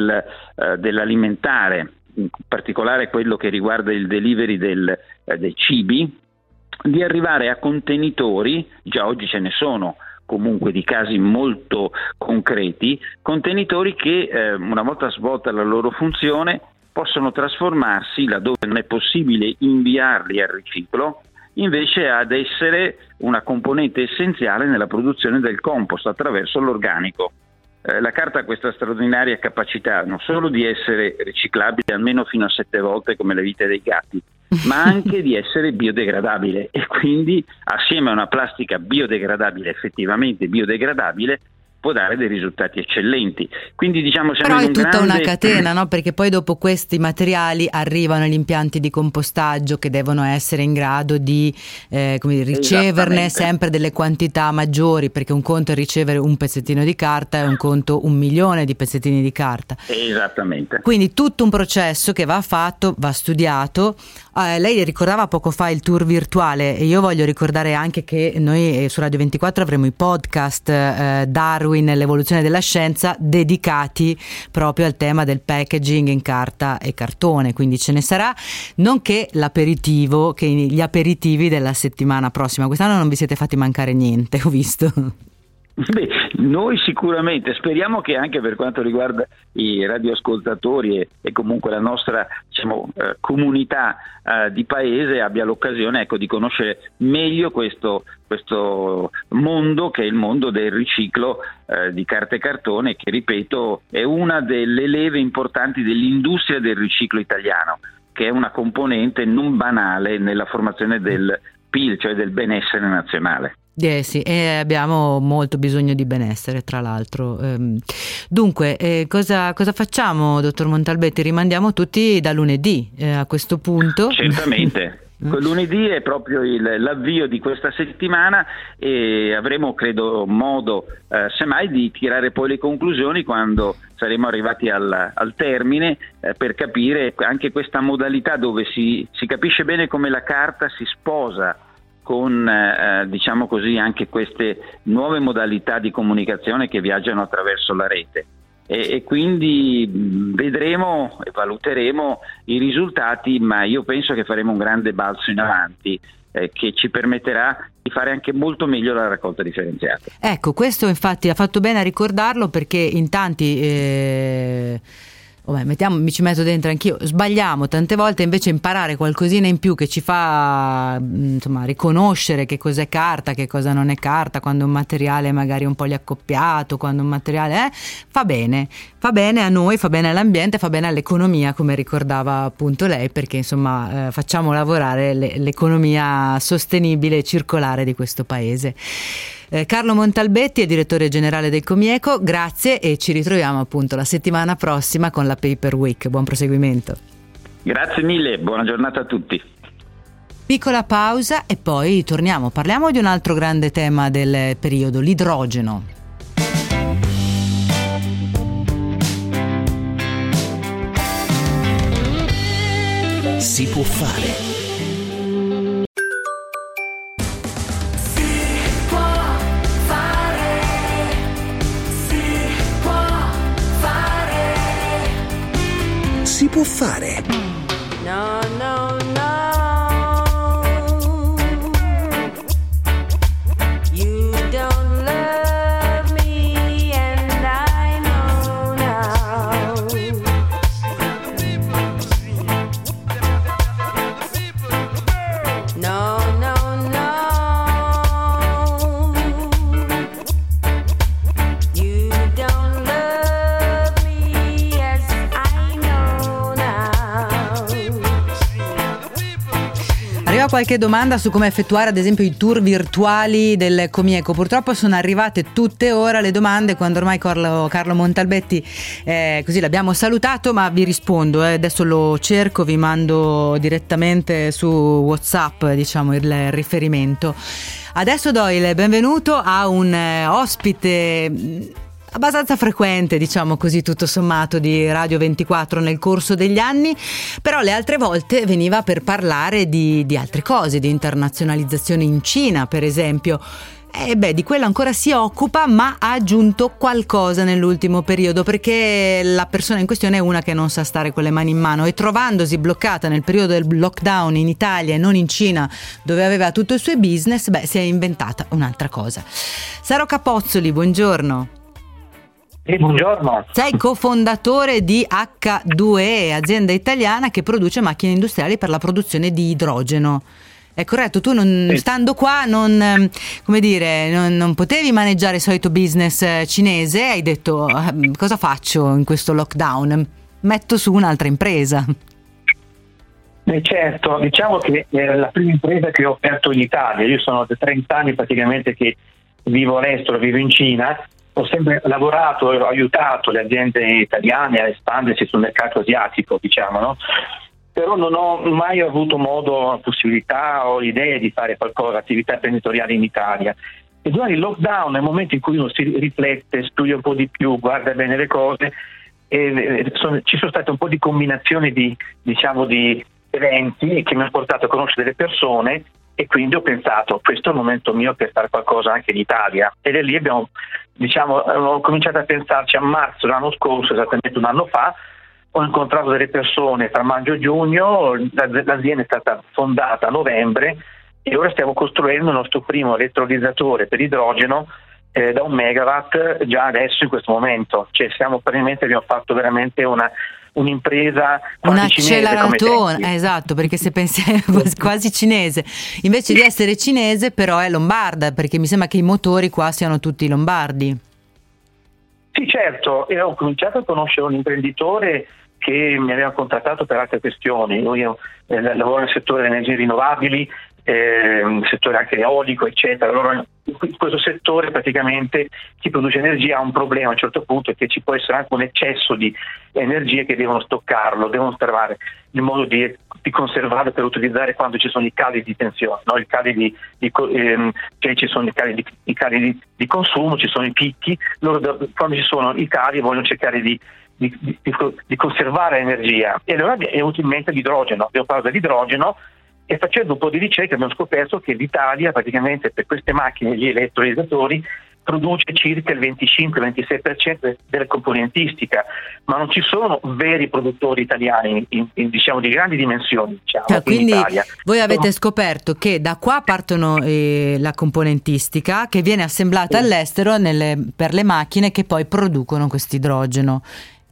dell'alimentare, in particolare quello che riguarda il delivery dei cibi, di arrivare a contenitori, già oggi ce ne sono comunque di casi molto concreti, contenitori che una volta svolta la loro funzione possono trasformarsi, laddove non è possibile inviarli al riciclo, invece ad essere una componente essenziale nella produzione del compost attraverso l'organico. La carta ha questa straordinaria capacità non solo di essere riciclabile almeno fino a 7 volte come le vite dei gatti, ma anche di essere biodegradabile, e quindi assieme a una plastica biodegradabile, effettivamente biodegradabile, può dare dei risultati eccellenti. Quindi diciamo siamo però in un è tutta grande... una catena, no? Perché poi dopo questi materiali arrivano agli impianti di compostaggio che devono essere in grado di riceverne sempre delle quantità maggiori, perché un conto è ricevere un pezzettino di carta e un conto 1 milione di pezzettini di carta. Esattamente. Quindi tutto un processo che va fatto, va studiato. Lei ricordava poco fa il tour virtuale, e io voglio ricordare anche che noi su Radio 24 avremo i podcast Darwin, l'evoluzione della scienza, dedicati proprio al tema del packaging in carta e cartone, quindi ce ne sarà, nonché l'aperitivo, che gli aperitivi della settimana prossima. Quest'anno non vi siete fatti mancare niente, ho visto. Beh, noi sicuramente speriamo che anche per quanto riguarda i radioascoltatori e comunque la nostra comunità di paese abbia l'occasione di conoscere meglio questo mondo, che è il mondo del riciclo di carta e cartone, che ripeto è una delle leve importanti dell'industria del riciclo italiano, che è una componente non banale nella formazione del PIL, cioè del benessere nazionale. Sì, e abbiamo molto bisogno di benessere, tra l'altro. Dunque, cosa facciamo, dottor Montalbetti? Rimandiamo tutti da lunedì a questo punto? Certamente. Lunedì è proprio l'avvio di questa settimana, e avremo, credo, modo semmai di tirare poi le conclusioni quando saremo arrivati al termine, per capire anche questa modalità dove si capisce bene come la carta si sposa con diciamo così anche queste nuove modalità di comunicazione che viaggiano attraverso la rete, e quindi vedremo e valuteremo i risultati, ma io penso che faremo un grande balzo in avanti che ci permetterà di fare anche molto meglio la raccolta differenziata. Ecco, questo infatti ha fatto bene a ricordarlo, perché in tanti mi ci metto dentro anch'io, sbagliamo tante volte, invece imparare qualcosina in più che ci fa insomma riconoscere che cos'è carta, che cosa non è carta, quando un materiale magari un po' accoppiato, quando un materiale fa bene a noi, fa bene all'ambiente, fa bene all'economia, come ricordava appunto lei, perché insomma facciamo lavorare l'economia sostenibile e circolare di questo paese. Carlo Montalbetti è direttore generale del Comieco, grazie, e ci ritroviamo appunto la settimana prossima con la Paper Week. Buon proseguimento. Grazie mille, buona giornata a tutti. Piccola pausa e poi torniamo. Parliamo di un altro grande tema del periodo, l'idrogeno. Si può fare. Si può fare. No, no, no. You don't love me and I know now. No, no, no. You don't love me as I know now. Arriva qualche domanda su come effettuare ad esempio i tour virtuali del Comieco. Purtroppo sono arrivate tutte ora le domande, quando ormai Carlo Montalbetti così l'abbiamo salutato, ma vi rispondo, adesso lo cerco, vi mando direttamente su WhatsApp diciamo il riferimento. Adesso do il benvenuto a un ospite abbastanza frequente, diciamo così, tutto sommato, di Radio 24 nel corso degli anni, però le altre volte veniva per parlare di altre cose, di internazionalizzazione in Cina per esempio. Di quello ancora si occupa, ma ha aggiunto qualcosa nell'ultimo periodo, perché la persona in questione è una che non sa stare con le mani in mano, e trovandosi bloccata nel periodo del lockdown in Italia e non in Cina, dove aveva tutto il suo business, si è inventata un'altra cosa. Saro Capozzoli, buongiorno. Buongiorno. Sei cofondatore di H2E, azienda italiana che produce macchine industriali per la produzione di idrogeno. È corretto? Tu stando qua non potevi maneggiare il solito business cinese, hai detto cosa faccio in questo lockdown? Metto su un'altra impresa. Certo, diciamo che è la prima impresa che ho aperto in Italia. Io sono da 30 anni praticamente che vivo all'estero, vivo in Cina. Ho sempre lavorato e ho aiutato le aziende italiane a espandersi sul mercato asiatico, diciamo, no? Però non ho mai avuto modo, possibilità o idee di fare qualcosa, attività imprenditoriale in Italia. E durante il lockdown, nel momento in cui uno si riflette, studia un po' di più, guarda bene le cose, ci sono state un po' di combinazioni di eventi che mi hanno portato a conoscere delle persone, e quindi ho pensato, questo è il momento mio per fare qualcosa anche in Italia. E da lì ho cominciato a pensarci a marzo dell'anno scorso, esattamente un anno fa. Ho incontrato delle persone tra maggio e giugno, l'azienda è stata fondata a novembre e ora stiamo costruendo il nostro primo elettrolizzatore per idrogeno da 1 megawatt già adesso in questo momento. Cioè abbiamo fatto veramente un'impresa quasi un acceleratore, esatto, perché se pensi quasi cinese, invece di essere cinese però è lombarda, perché mi sembra che i motori qua siano tutti lombardi. Sì, certo, e ho cominciato a conoscere un imprenditore che mi aveva contattato per altre questioni. Io lavoro nel settore delle energie rinnovabili, nel settore anche eolico, eccetera. Allora, in questo settore praticamente chi produce energia ha un problema a un certo punto, è che ci può essere anche un eccesso di energie che devono stoccarlo, devono trovare il modo di conservarlo per utilizzare quando ci sono i cali di tensione, no? I cali cioè ci sono i cali di consumo, ci sono i picchi. Loro quando ci sono i cali vogliono cercare di conservare l'energia, e allora è utilmente l'idrogeno. Abbiamo parlato dell'idrogeno e facendo un po' di ricerca abbiamo scoperto che l'Italia praticamente per queste macchine, gli elettrolizzatori, produce circa il 25-26% della componentistica, ma non ci sono veri produttori italiani diciamo di grandi dimensioni, quindi in Italia. Voi avete scoperto che da qua partono la componentistica che viene assemblata all'estero per le macchine che poi producono questo idrogeno.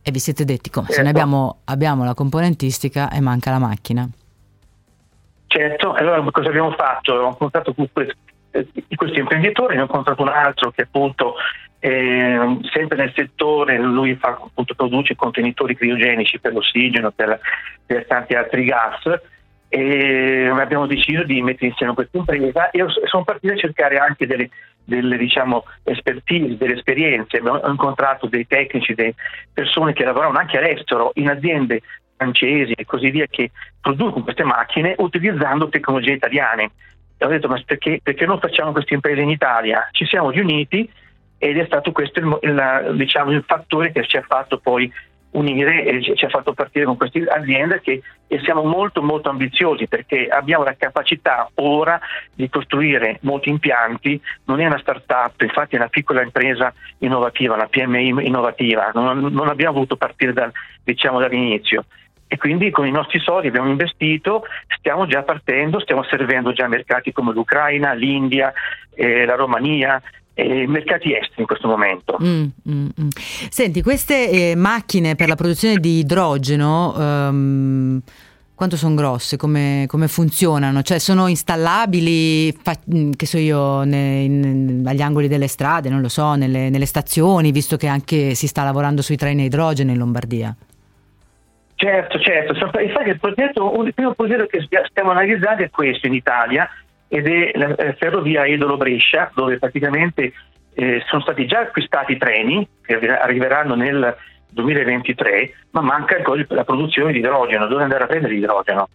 E vi siete detti come? Se ne abbiamo la componentistica e manca la macchina. Certo, allora cosa abbiamo fatto? Ho incontrato questi imprenditori, ne ho incontrato un altro che appunto sempre nel settore, lui produce contenitori criogenici per l'ossigeno, per tanti altri gas, e abbiamo deciso di mettere insieme questa impresa e sono partito a cercare anche delle diciamo expertise, delle esperienze. Ho incontrato dei tecnici, delle persone che lavoravano anche all'estero in aziende francesi e così via, che producono queste macchine utilizzando tecnologie italiane. E ho detto, ma perché non facciamo queste imprese in Italia? Ci siamo riuniti ed è stato questo il fattore che ci ha fatto poi unire e ci ha fatto partire con queste aziende e siamo molto molto ambiziosi, perché abbiamo la capacità ora di costruire molti impianti. Non è una start-up, infatti è una piccola impresa innovativa, una PMI innovativa, non abbiamo voluto partire dall'inizio. E quindi con i nostri soldi abbiamo investito, stiamo già partendo, stiamo servendo già mercati come l'Ucraina, l'India, la Romania, mercati esteri in questo momento. Senti, queste macchine per la produzione di idrogeno quanto sono grosse? Come funzionano? Cioè sono installabili, che so io, agli angoli delle strade, non lo so, nelle stazioni, visto che anche si sta lavorando sui treni a idrogeno in Lombardia? Certo. Infatti il primo progetto che stiamo analizzando è questo in Italia, ed è la ferrovia Edolo-Brescia, dove praticamente sono stati già acquistati treni che arriveranno nel 2023, ma manca ancora la produzione di idrogeno, dove andare a prendere idrogeno.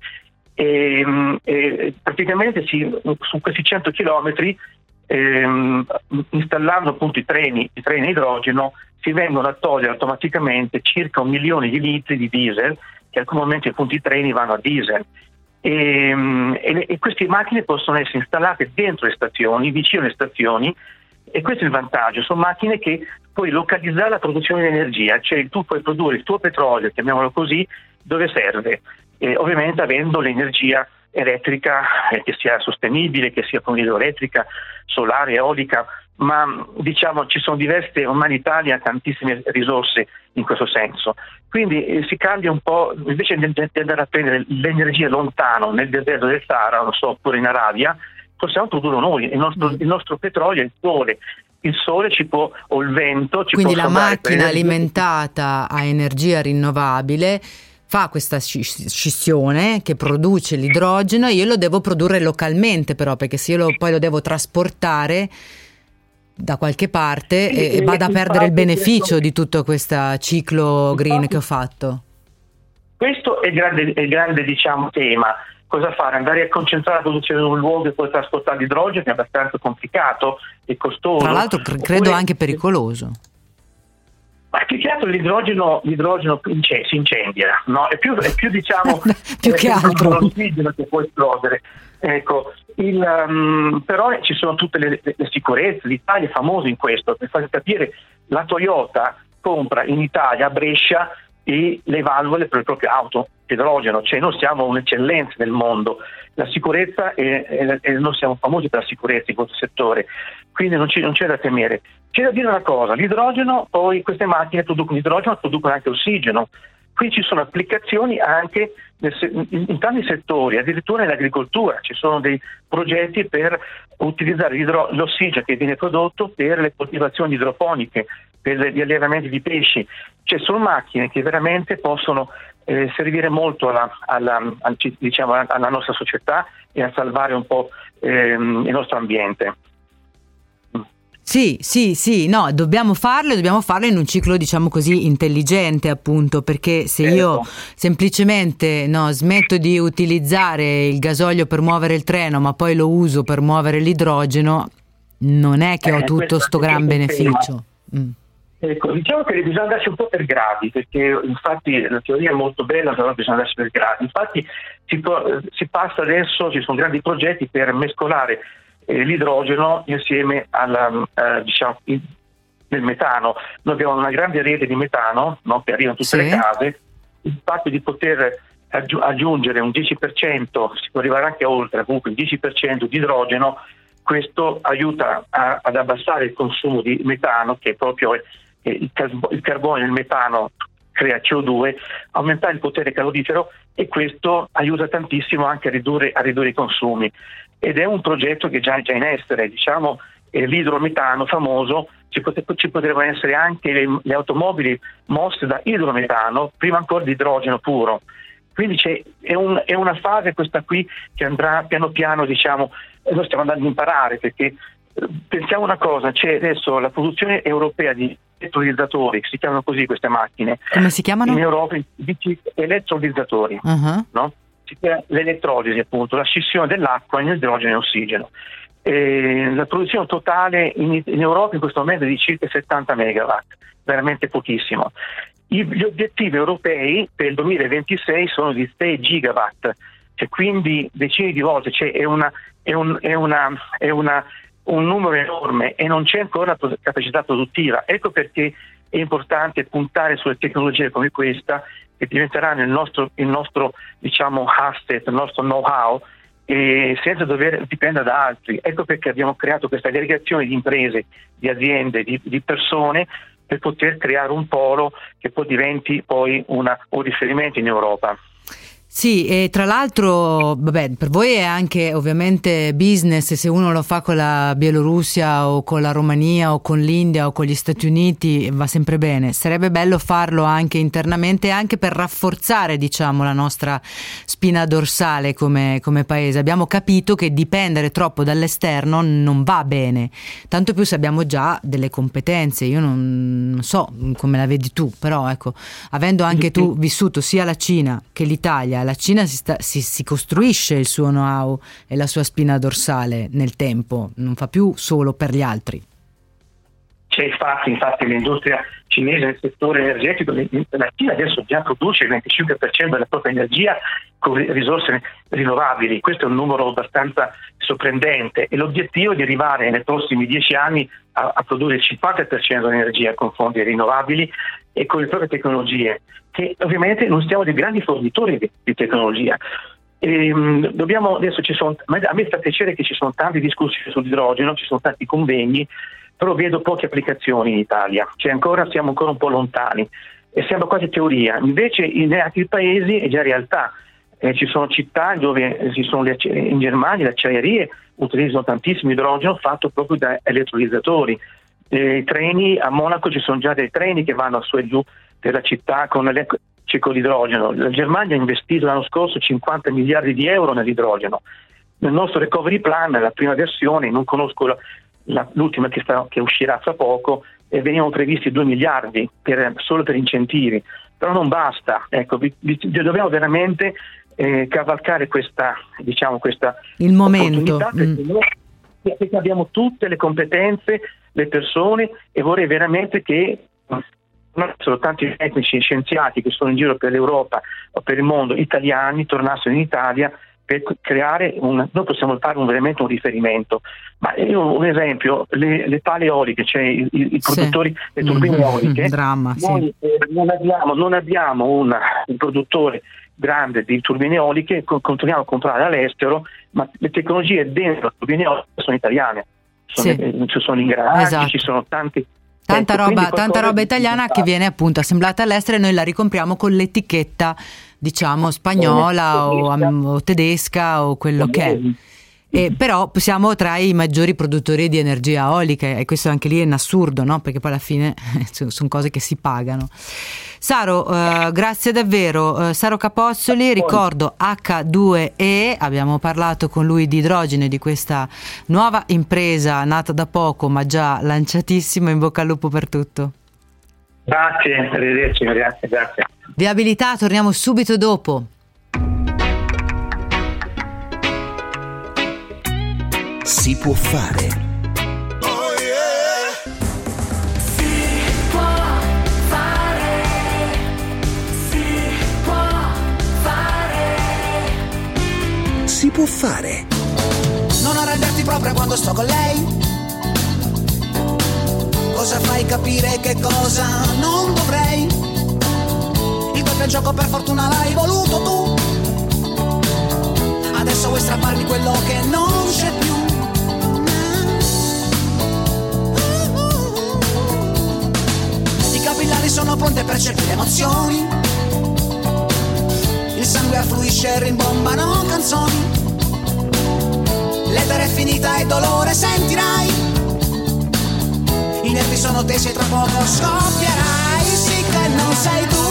E praticamente su questi 100 chilometri, installando appunto i treni a idrogeno, si vengono a togliere automaticamente circa 1 milione di litri di diesel, che al momento appunto i treni vanno a diesel. E queste macchine possono essere installate dentro le stazioni, vicino alle stazioni, e questo è il vantaggio. Sono macchine che puoi localizzare la produzione di energia, cioè tu puoi produrre il tuo petrolio, chiamiamolo così, dove serve, ovviamente avendo l'energia elettrica che sia sostenibile, che sia con idroelettrica, solare, eolica, ma diciamo ci sono diverse, ormai in Italia tantissime risorse in questo senso. Quindi si cambia un po', invece di andare a prendere l'energia lontano nel deserto del Sahara, non so, oppure in Arabia, possiamo produrre noi il nostro petrolio è il sole ci può, o il vento ci quindi può. Quindi la macchina alimentata a energia rinnovabile fa questa scissione che produce l'idrogeno. Io lo devo produrre localmente però, perché se io poi lo devo trasportare da qualche parte e vado a perdere il beneficio di tutto questo ciclo green che ho fatto. Questo è il grande diciamo tema. Cosa fare? Andare a concentrare la produzione in un luogo e poi trasportare l'idrogeno, che è abbastanza complicato e costoso. Tra l'altro credo anche pericoloso. Ma più che altro l'idrogeno si incendia, no? È più diciamo più che altro l'ossigeno che può esplodere. Ecco, però ci sono tutte le sicurezze. L'Italia è famosa in questo. Per farvi capire, la Toyota compra in Italia, a Brescia, le valvole per le proprie auto idrogeno, cioè noi siamo un'eccellenza nel mondo. La sicurezza e noi siamo famosi per la sicurezza in questo settore, quindi non c'è da temere. C'è da dire una cosa: l'idrogeno, poi queste macchine producono idrogeno, producono anche ossigeno. Qui ci sono applicazioni anche in tanti settori, addirittura nell'agricoltura. Ci sono dei progetti per utilizzare l'ossigeno che viene prodotto per le coltivazioni idroponiche, per gli allevamenti di pesci. Cioè sono macchine che veramente possono servire molto alla nostra società e a salvare un po' il nostro ambiente. Sì, no, dobbiamo farlo in un ciclo, diciamo così, intelligente, appunto, perché se io semplicemente smetto di utilizzare il gasolio per muovere il treno, ma poi lo uso per muovere l'idrogeno, non è che ho tutto sto gran beneficio. Ecco, diciamo che bisogna andarci un po' per gradi, perché infatti la teoria è molto bella, però bisogna andarci per gradi. Infatti si passa adesso, ci sono grandi progetti per mescolare l'idrogeno insieme nel metano. Noi abbiamo una grande rete di metano, no, che arriva in tutte le case. Il fatto di poter aggiungere un 10%, si può arrivare anche oltre, comunque il 10% di idrogeno, questo aiuta ad abbassare il consumo di metano, che proprio il carbone e il metano crea CO2, aumentare il potere calorifero, e questo aiuta tantissimo anche a ridurre i consumi. Ed è un progetto che già è in essere, diciamo, l'idrometano famoso, ci potrebbero essere anche le automobili mosse da idrometano, prima ancora di idrogeno puro. Quindi è una fase questa qui che andrà piano piano, diciamo, noi stiamo andando a imparare, perché pensiamo una cosa, c'è adesso la produzione europea di elettrolizzatori, si chiamano così queste macchine. Come si chiamano? In Europa elettrolizzatori, no? L'elettrolisi, appunto, la scissione dell'acqua in idrogeno e ossigeno. La produzione totale in Europa in questo momento è di circa 70 megawatt, veramente pochissimo. Gli obiettivi europei per il 2026 sono di 6 gigawatt, cioè quindi decine di volte, cioè è un numero enorme e non c'è ancora capacità produttiva. Ecco perché è importante puntare sulle tecnologie come questa, che diventeranno il nostro diciamo asset, il nostro know-how, e senza dover dipendere da altri. Ecco perché abbiamo creato questa aggregazione di imprese, di aziende, di persone, per poter creare un polo che poi diventi poi un riferimento in Europa. Sì, e tra l'altro, vabbè, per voi è anche ovviamente business, se uno lo fa con la Bielorussia o con la Romania o con l'India o con gli Stati Uniti va sempre bene. Sarebbe bello farlo anche internamente, anche per rafforzare, diciamo, la nostra spina dorsale come paese. Abbiamo capito che dipendere troppo dall'esterno non va bene, tanto più se abbiamo già delle competenze. Io non so come la vedi tu, però ecco, avendo anche tu vissuto sia la Cina che l'Italia, la Cina si costruisce il suo know-how e la sua spina dorsale nel tempo, non fa più solo per gli altri. C'è infatti l'industria cinese nel settore energetico, la Cina adesso già produce il 25% della propria energia con risorse rinnovabili. Questo è un numero abbastanza sorprendente e l'obiettivo è di arrivare nei prossimi 10 anni a produrre il 50% dell'energia con fonti rinnovabili e con le proprie tecnologie, che ovviamente non siamo dei grandi fornitori di tecnologia. Adesso a me fa piacere che ci sono tante discussioni sull'idrogeno, ci sono tanti convegni, però vedo poche applicazioni in Italia, siamo ancora un po' lontani e sembra quasi teoria. Invece in altri paesi è già realtà. Ci sono città dove in Germania le acciaierie utilizzano tantissimo idrogeno fatto proprio da elettrolizzatori. Treni, a Monaco ci sono già dei treni che vanno su e giù per la città con l'idrogeno. La Germania ha investito l'anno scorso 50 miliardi di euro nell'idrogeno. Nel nostro recovery plan, la prima versione, non conosco l'ultima che uscirà fra poco, venivano previsti 2 miliardi solo per incentivi, però non basta. Ecco, dobbiamo veramente cavalcare questa il momento, perché abbiamo tutte le competenze, le persone, e vorrei veramente che non solo tanti tecnici e scienziati che sono in giro per l'Europa o per il mondo italiani tornassero in Italia per creare noi possiamo fare veramente un riferimento. Ma io un esempio, le pale eoliche, cioè i produttori le turbine eoliche, noi non abbiamo un produttore grande di turbine eoliche, continuiamo a comprare all'estero, ma le tecnologie dentro le turbine eoliche sono italiane, ci sono ingranaggi, esatto. Ci sono tanta roba italiana che viene appunto assemblata all'estero e noi la ricompriamo con l'etichetta, diciamo, spagnola o tedesca o quello che è. Però siamo tra i maggiori produttori di energia eolica e questo anche lì è un assurdo, no? Perché poi alla fine sono cose che si pagano. Saro, grazie davvero. Saro Capozzoli, ricordo H2E, abbiamo parlato con lui di idrogeno e di questa nuova impresa nata da poco ma già lanciatissima. In bocca al lupo per tutto. Grazie, arrivederci, grazie. Viabilità, torniamo subito dopo. Si può fare. Oh yeah. Si può fare. Si può fare. Si può fare. Non arrenderti proprio quando sto con lei. Cosa fai capire che cosa non dovrei? Il doppio gioco per fortuna l'hai voluto tu. Adesso vuoi strapparmi quello che non c'è più. I capillari sono pronte per percepire emozioni, il sangue affluisce e rimbombano canzoni, l'etere è finita e dolore sentirai, i nervi sono tesi e tra poco scoppierai. Sì che non sei tu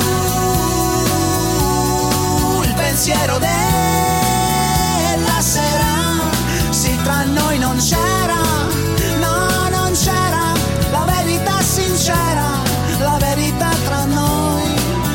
il pensiero della sera, sì tra noi non c'era, no non c'era la verità sincera, la verità tra noi.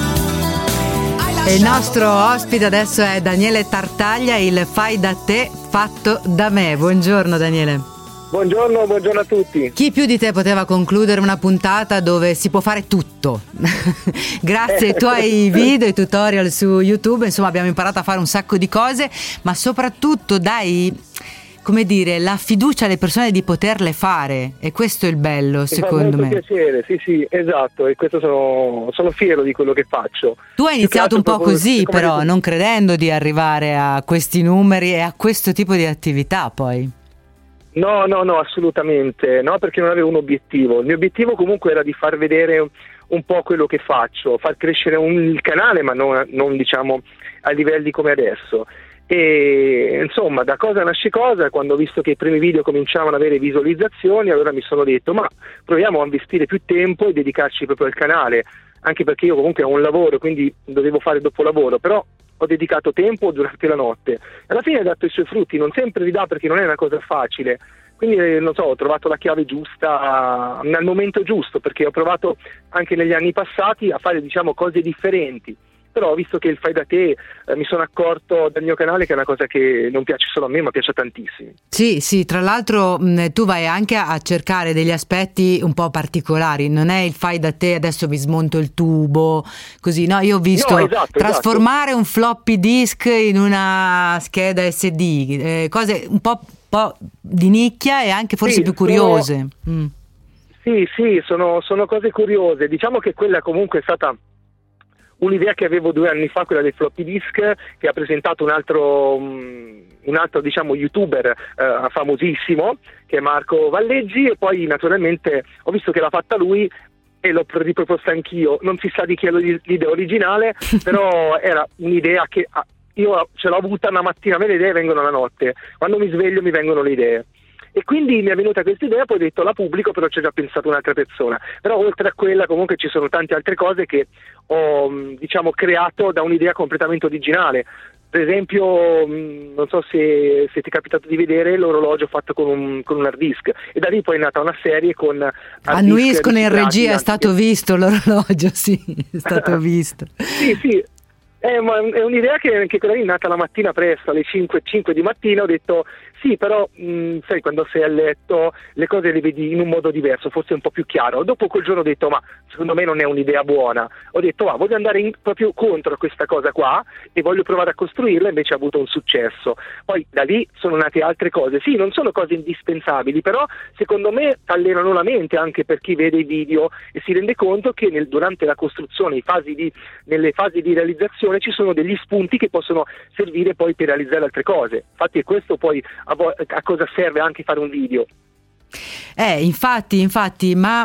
E il nostro ospite adesso è Daniele Tartaglia, il Fai da te fatto da me. Buongiorno Daniele. Buongiorno a tutti. Chi più di te poteva concludere una puntata dove si può fare tutto? Grazie ai tuoi video e tutorial su YouTube, insomma abbiamo imparato a fare un sacco di cose, ma soprattutto dai, come dire, la fiducia alle persone di poterle fare, e questo è il bello, secondo me. Mi fa molto piacere, sì, esatto, e questo sono fiero di quello che faccio. Tu hai iniziato un po' così, però, non credendo di arrivare a questi numeri e a questo tipo di attività poi. No, assolutamente, no, perché non avevo un obiettivo. Il mio obiettivo comunque era di far vedere un po' quello che faccio, far crescere il canale, ma non diciamo a livelli come adesso. E insomma, da cosa nasce cosa, quando ho visto che i primi video cominciavano ad avere visualizzazioni, allora mi sono detto ma proviamo a investire più tempo e dedicarci proprio al canale, anche perché io comunque ho un lavoro, quindi dovevo fare dopo lavoro, però ho dedicato tempo durante la notte. Alla fine ha dato i suoi frutti, non sempre li dà perché non è una cosa facile. Quindi non so, ho trovato la chiave giusta nel momento giusto, perché ho provato anche negli anni passati a fare diciamo cose differenti. Però ho visto che il fai da te, mi sono accorto dal mio canale che è una cosa che non piace solo a me, ma piace a tantissimi. Sì, tra l'altro tu vai anche a cercare degli aspetti un po' particolari, non è il fai da te, adesso vi smonto il tubo, così, no? Io ho visto trasformare un floppy disk in una scheda SD, cose un po' di nicchia e anche forse più curiose. Sì, sono cose curiose, diciamo che quella comunque è stata un'idea che avevo 2 anni fa, quella dei floppy disk, che ha presentato un altro diciamo youtuber famosissimo, che è Marco Valleggi, e poi naturalmente ho visto che l'ha fatta lui e l'ho riproposta anch'io. Non si sa di chi è l'idea originale, però era un'idea che io ce l'ho avuta una mattina, me le idee vengono la notte, quando mi sveglio mi vengono le idee. E quindi mi è venuta questa idea, poi ho detto la pubblico, però ci ha già pensato un'altra persona. Però oltre a quella comunque ci sono tante altre cose che ho diciamo creato da un'idea completamente originale. Per esempio, non so se ti è capitato di vedere l'orologio fatto con un hard disk, e da lì poi è nata una serie con annuiscono in regia, è stato visto l'orologio, sì, è stato visto. Sì. È un'idea che quella lì è nata la mattina presto, alle 5 di mattina. Ho detto sì, però sai, quando sei a letto le cose le vedi in un modo diverso, forse un po' più chiaro. Dopo quel giorno ho detto ma secondo me non è un'idea buona, ho detto voglio andare proprio contro questa cosa qua e voglio provare a costruirla, invece ha avuto un successo. Poi da lì sono nate altre cose, sì, non sono cose indispensabili, però secondo me allenano la mente anche per chi vede i video e si rende conto che durante la costruzione, nelle fasi di realizzazione ci sono degli spunti che possono servire poi per realizzare altre cose. Infatti è questo poi a cosa serve anche fare un video. Infatti, ma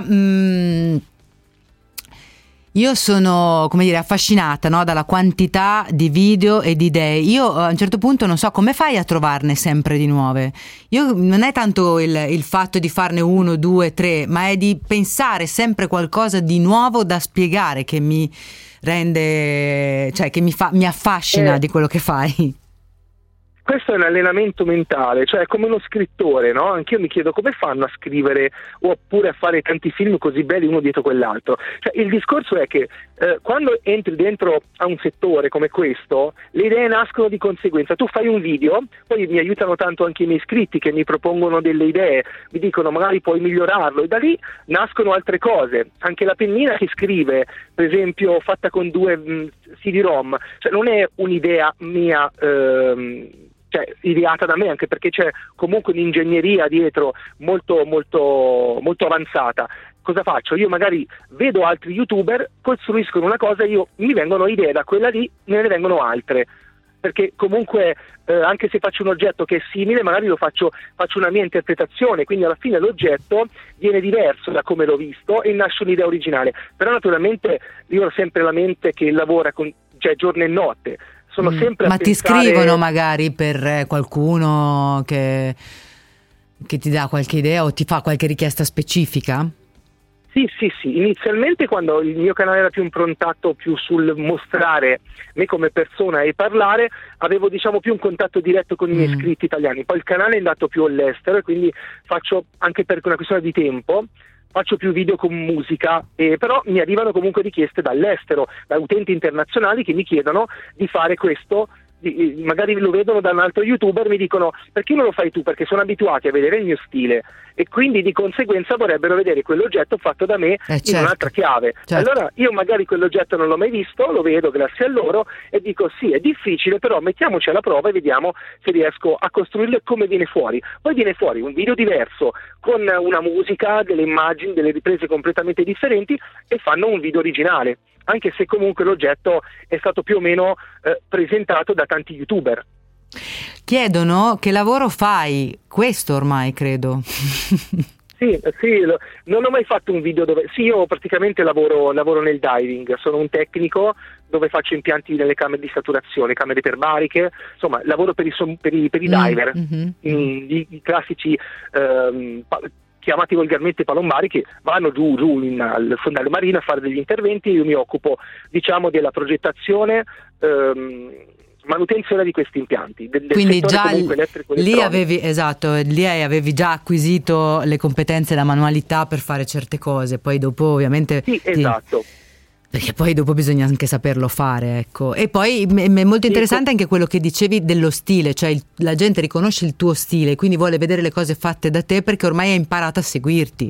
io sono, come dire, affascinata, no, dalla quantità di video e di idee. Io a un certo punto non so come fai a trovarne sempre di nuove. Io non è tanto il fatto di farne 1, 2, 3, ma è di pensare sempre qualcosa di nuovo da spiegare che mi rende, cioè che mi affascina di quello che fai. Questo è un allenamento mentale, cioè come uno scrittore, no? Anch'io mi chiedo come fanno a scrivere oppure a fare tanti film così belli uno dietro quell'altro. Cioè, il discorso è che quando entri dentro a un settore come questo, le idee nascono di conseguenza. Tu fai un video, poi mi aiutano tanto anche i miei iscritti che mi propongono delle idee, mi dicono magari puoi migliorarlo, e da lì nascono altre cose. Anche la pennina che scrive, per esempio fatta con 2 CD-ROM, cioè non è un'idea mia ideata da me, anche perché c'è comunque un'ingegneria dietro molto molto molto avanzata. Cosa faccio? Io magari vedo altri youtuber, costruiscono una cosa, mi vengono idee da quella lì, me ne vengono altre. perché comunque anche se faccio un oggetto che è simile, magari faccio una mia interpretazione, quindi alla fine l'oggetto viene diverso da come l'ho visto e nasce un'idea originale. Però naturalmente io ho sempre la mente che lavora giorno e notte. Sono sempre Ma ti scrivono magari per qualcuno che ti dà qualche idea o ti fa qualche richiesta specifica? Sì, inizialmente quando il mio canale era più improntato più sul mostrare me come persona e parlare, avevo diciamo più un contatto diretto con i miei iscritti italiani. Poi il canale è andato più all'estero e quindi faccio, anche per una questione di tempo, faccio più video con musica, però mi arrivano comunque richieste dall'estero, da utenti internazionali che mi chiedono di fare questo. Magari lo vedono da un altro youtuber, mi dicono perché non lo fai tu, perché sono abituati a vedere il mio stile e quindi di conseguenza vorrebbero vedere quell'oggetto fatto da me in un'altra chiave. Allora io magari quell'oggetto non l'ho mai visto, lo vedo grazie a loro e dico sì, è difficile, però mettiamoci alla prova e vediamo se riesco a costruirlo e come viene fuori. Poi viene fuori un video diverso con una musica, delle immagini, delle riprese completamente differenti e fanno un video originale, anche se comunque l'oggetto è stato più o meno presentato da tanti youtuber. Chiedono che lavoro fai, questo ormai credo. Sì, non ho mai fatto un video dove... Sì, io praticamente lavoro nel diving, sono un tecnico dove faccio impianti nelle camere di saturazione, camere iperbariche, insomma lavoro per i diver, i classici... chiamati volgarmente palombari, che vanno giù al fondale marino a fare degli interventi. Io mi occupo diciamo della progettazione, manutenzione di questi impianti. Quindi già lì avevi già acquisito le competenze e la manualità per fare certe cose, poi dopo ovviamente... Sì, esatto. Perché poi dopo bisogna anche saperlo fare, ecco. E poi è molto interessante anche quello che dicevi dello stile, cioè la gente riconosce il tuo stile, quindi vuole vedere le cose fatte da te perché ormai hai imparato a seguirti.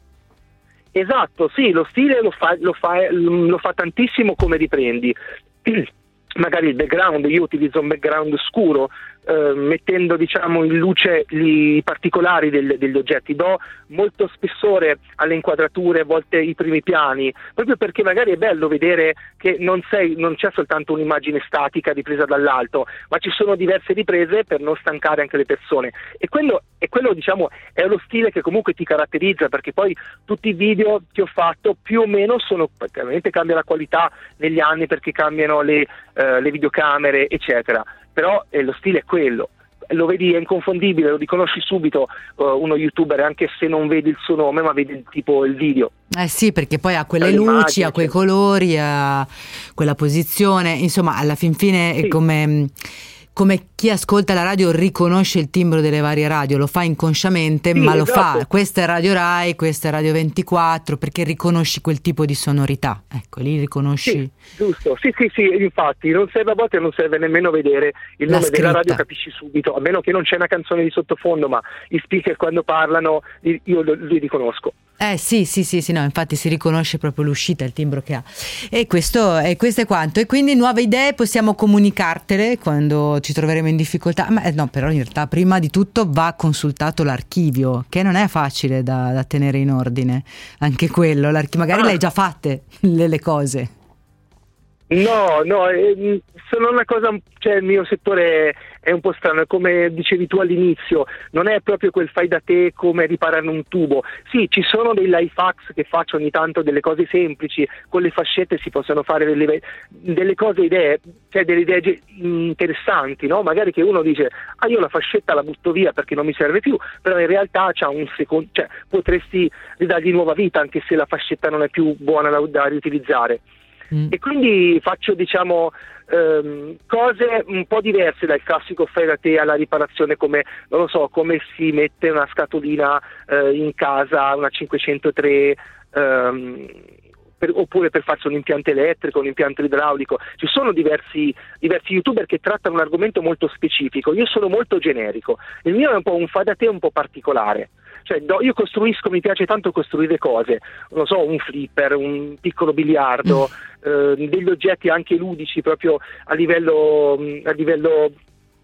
Esatto, sì, lo stile lo fa tantissimo come riprendi. Magari il background, io utilizzo un background scuro, mettendo diciamo in luce i particolari degli oggetti, do molto spessore alle inquadrature, a volte i primi piani, proprio perché magari è bello vedere che non c'è soltanto un'immagine statica ripresa dall'alto, ma ci sono diverse riprese per non stancare anche le persone, e quello diciamo è lo stile che comunque ti caratterizza, perché poi tutti i video che ho fatto più o meno praticamente cambia la qualità negli anni perché cambiano le videocamere eccetera, però lo stile è quello, lo vedi, è inconfondibile, lo riconosci subito uno youtuber anche se non vedi il suo nome ma vedi tipo il video. Sì, perché poi ha quelle luci, ha quei colori, ha quella posizione, insomma alla fin fine è come chi ascolta la radio riconosce il timbro delle varie radio, lo fa inconsciamente, ma lo fa. Questa è Radio Rai, questa è Radio 24, perché riconosci quel tipo di sonorità. Ecco, lì riconosci. Sì, giusto. Sì, infatti, a volte non serve nemmeno vedere il nome della radio, capisci subito, a meno che non c'è una canzone di sottofondo, ma gli speaker quando parlano io li riconosco. Sì, no, infatti si riconosce proprio l'uscita, il timbro che ha. E questo è quanto. E quindi nuove idee possiamo comunicartele quando ci troveremo in difficoltà. Ma no, però in realtà prima di tutto va consultato l'archivio, che non è facile da tenere in ordine. Anche quello, magari l'hai già fatte le cose. No, sono una cosa, cioè il mio settore è un po' strano, come dicevi tu all'inizio, non è proprio quel fai da te come riparare un tubo. Sì, ci sono dei life hacks che faccio ogni tanto, delle cose semplici, con le fascette si possono fare delle cose, cioè delle idee interessanti, no? Magari che uno dice, io la fascetta la butto via perché non mi serve più, però in realtà c'ha un secondo, cioè potresti ridargli nuova vita anche se la fascetta non è più buona da riutilizzare. E quindi faccio diciamo cose un po' diverse dal classico fai da te alla riparazione, come non lo so, come si mette una scatolina in casa, una 503 oppure per farsi un impianto elettrico, un impianto idraulico. Ci sono diversi youtuber che trattano un argomento molto specifico, io sono molto generico, il mio è un po' un fai da te un po' particolare. Cioè io costruisco, mi piace tanto costruire cose, non so, un flipper, un piccolo biliardo, degli oggetti anche ludici proprio a livello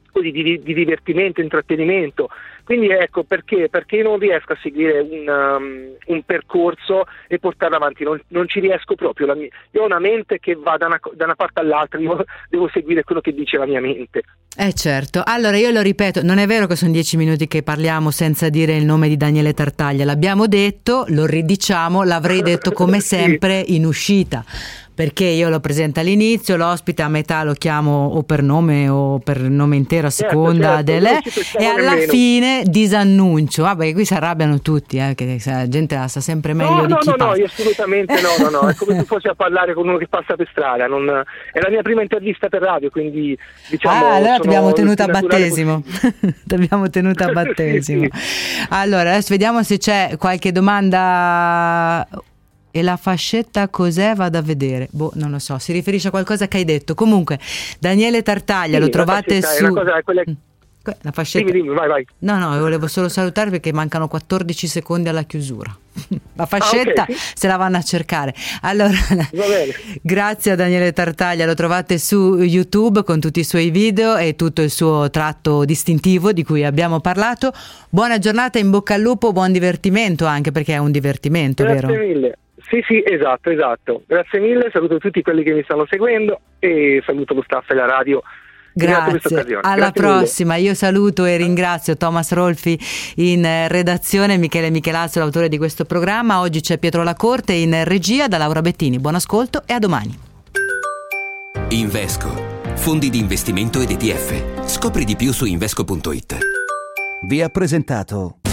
così di divertimento, intrattenimento. Quindi ecco perché io non riesco a seguire un percorso e portarlo avanti, non ci riesco proprio. Io ho una mente che va da una parte all'altra, io devo seguire quello che dice la mia mente. Certo, allora io lo ripeto, non è vero che sono 10 minuti che parliamo senza dire il nome di Daniele Tartaglia, l'abbiamo detto, lo ridiciamo, l'avrei detto come sempre in uscita, perché io lo presento all'inizio, l'ospite a metà lo chiamo o per nome intero a seconda delle, e alla fine disannuncio. Vabbè, qui si arrabbiano tutti, che la gente la sa sempre meglio di chi No, io assolutamente no, è come se fossi a parlare con uno che passa per strada, è la mia prima intervista per radio, quindi diciamo allora ti abbiamo tenuto a battesimo. Ti abbiamo tenuto a battesimo. Sì. Allora, adesso vediamo se c'è qualche domanda. E la fascetta cos'è? Vado a vedere. Non lo so, si riferisce a qualcosa che hai detto. Comunque, Daniele Tartaglia, lo trovate su... La fascetta... Dimmi, vai. No, volevo solo salutare perché mancano 14 secondi alla chiusura. La fascetta se la vanno a cercare. Allora, grazie a Daniele Tartaglia, lo trovate su YouTube con tutti i suoi video e tutto il suo tratto distintivo di cui abbiamo parlato. Buona giornata, in bocca al lupo, buon divertimento anche, perché è un divertimento, Grazie vero? Mille. Sì, esatto. Grazie mille, saluto tutti quelli che mi stanno seguendo e saluto lo staff della radio. Grazie, alla prossima. Io saluto e ringrazio Thomas Rolfi in redazione, Michele Michelazzo, l'autore di questo programma. Oggi c'è Pietro Lacorte in regia, da Laura Bettini. Buon ascolto e a domani. Invesco, fondi di investimento ed ETF. Scopri di più su invesco.it. Vi ha presentato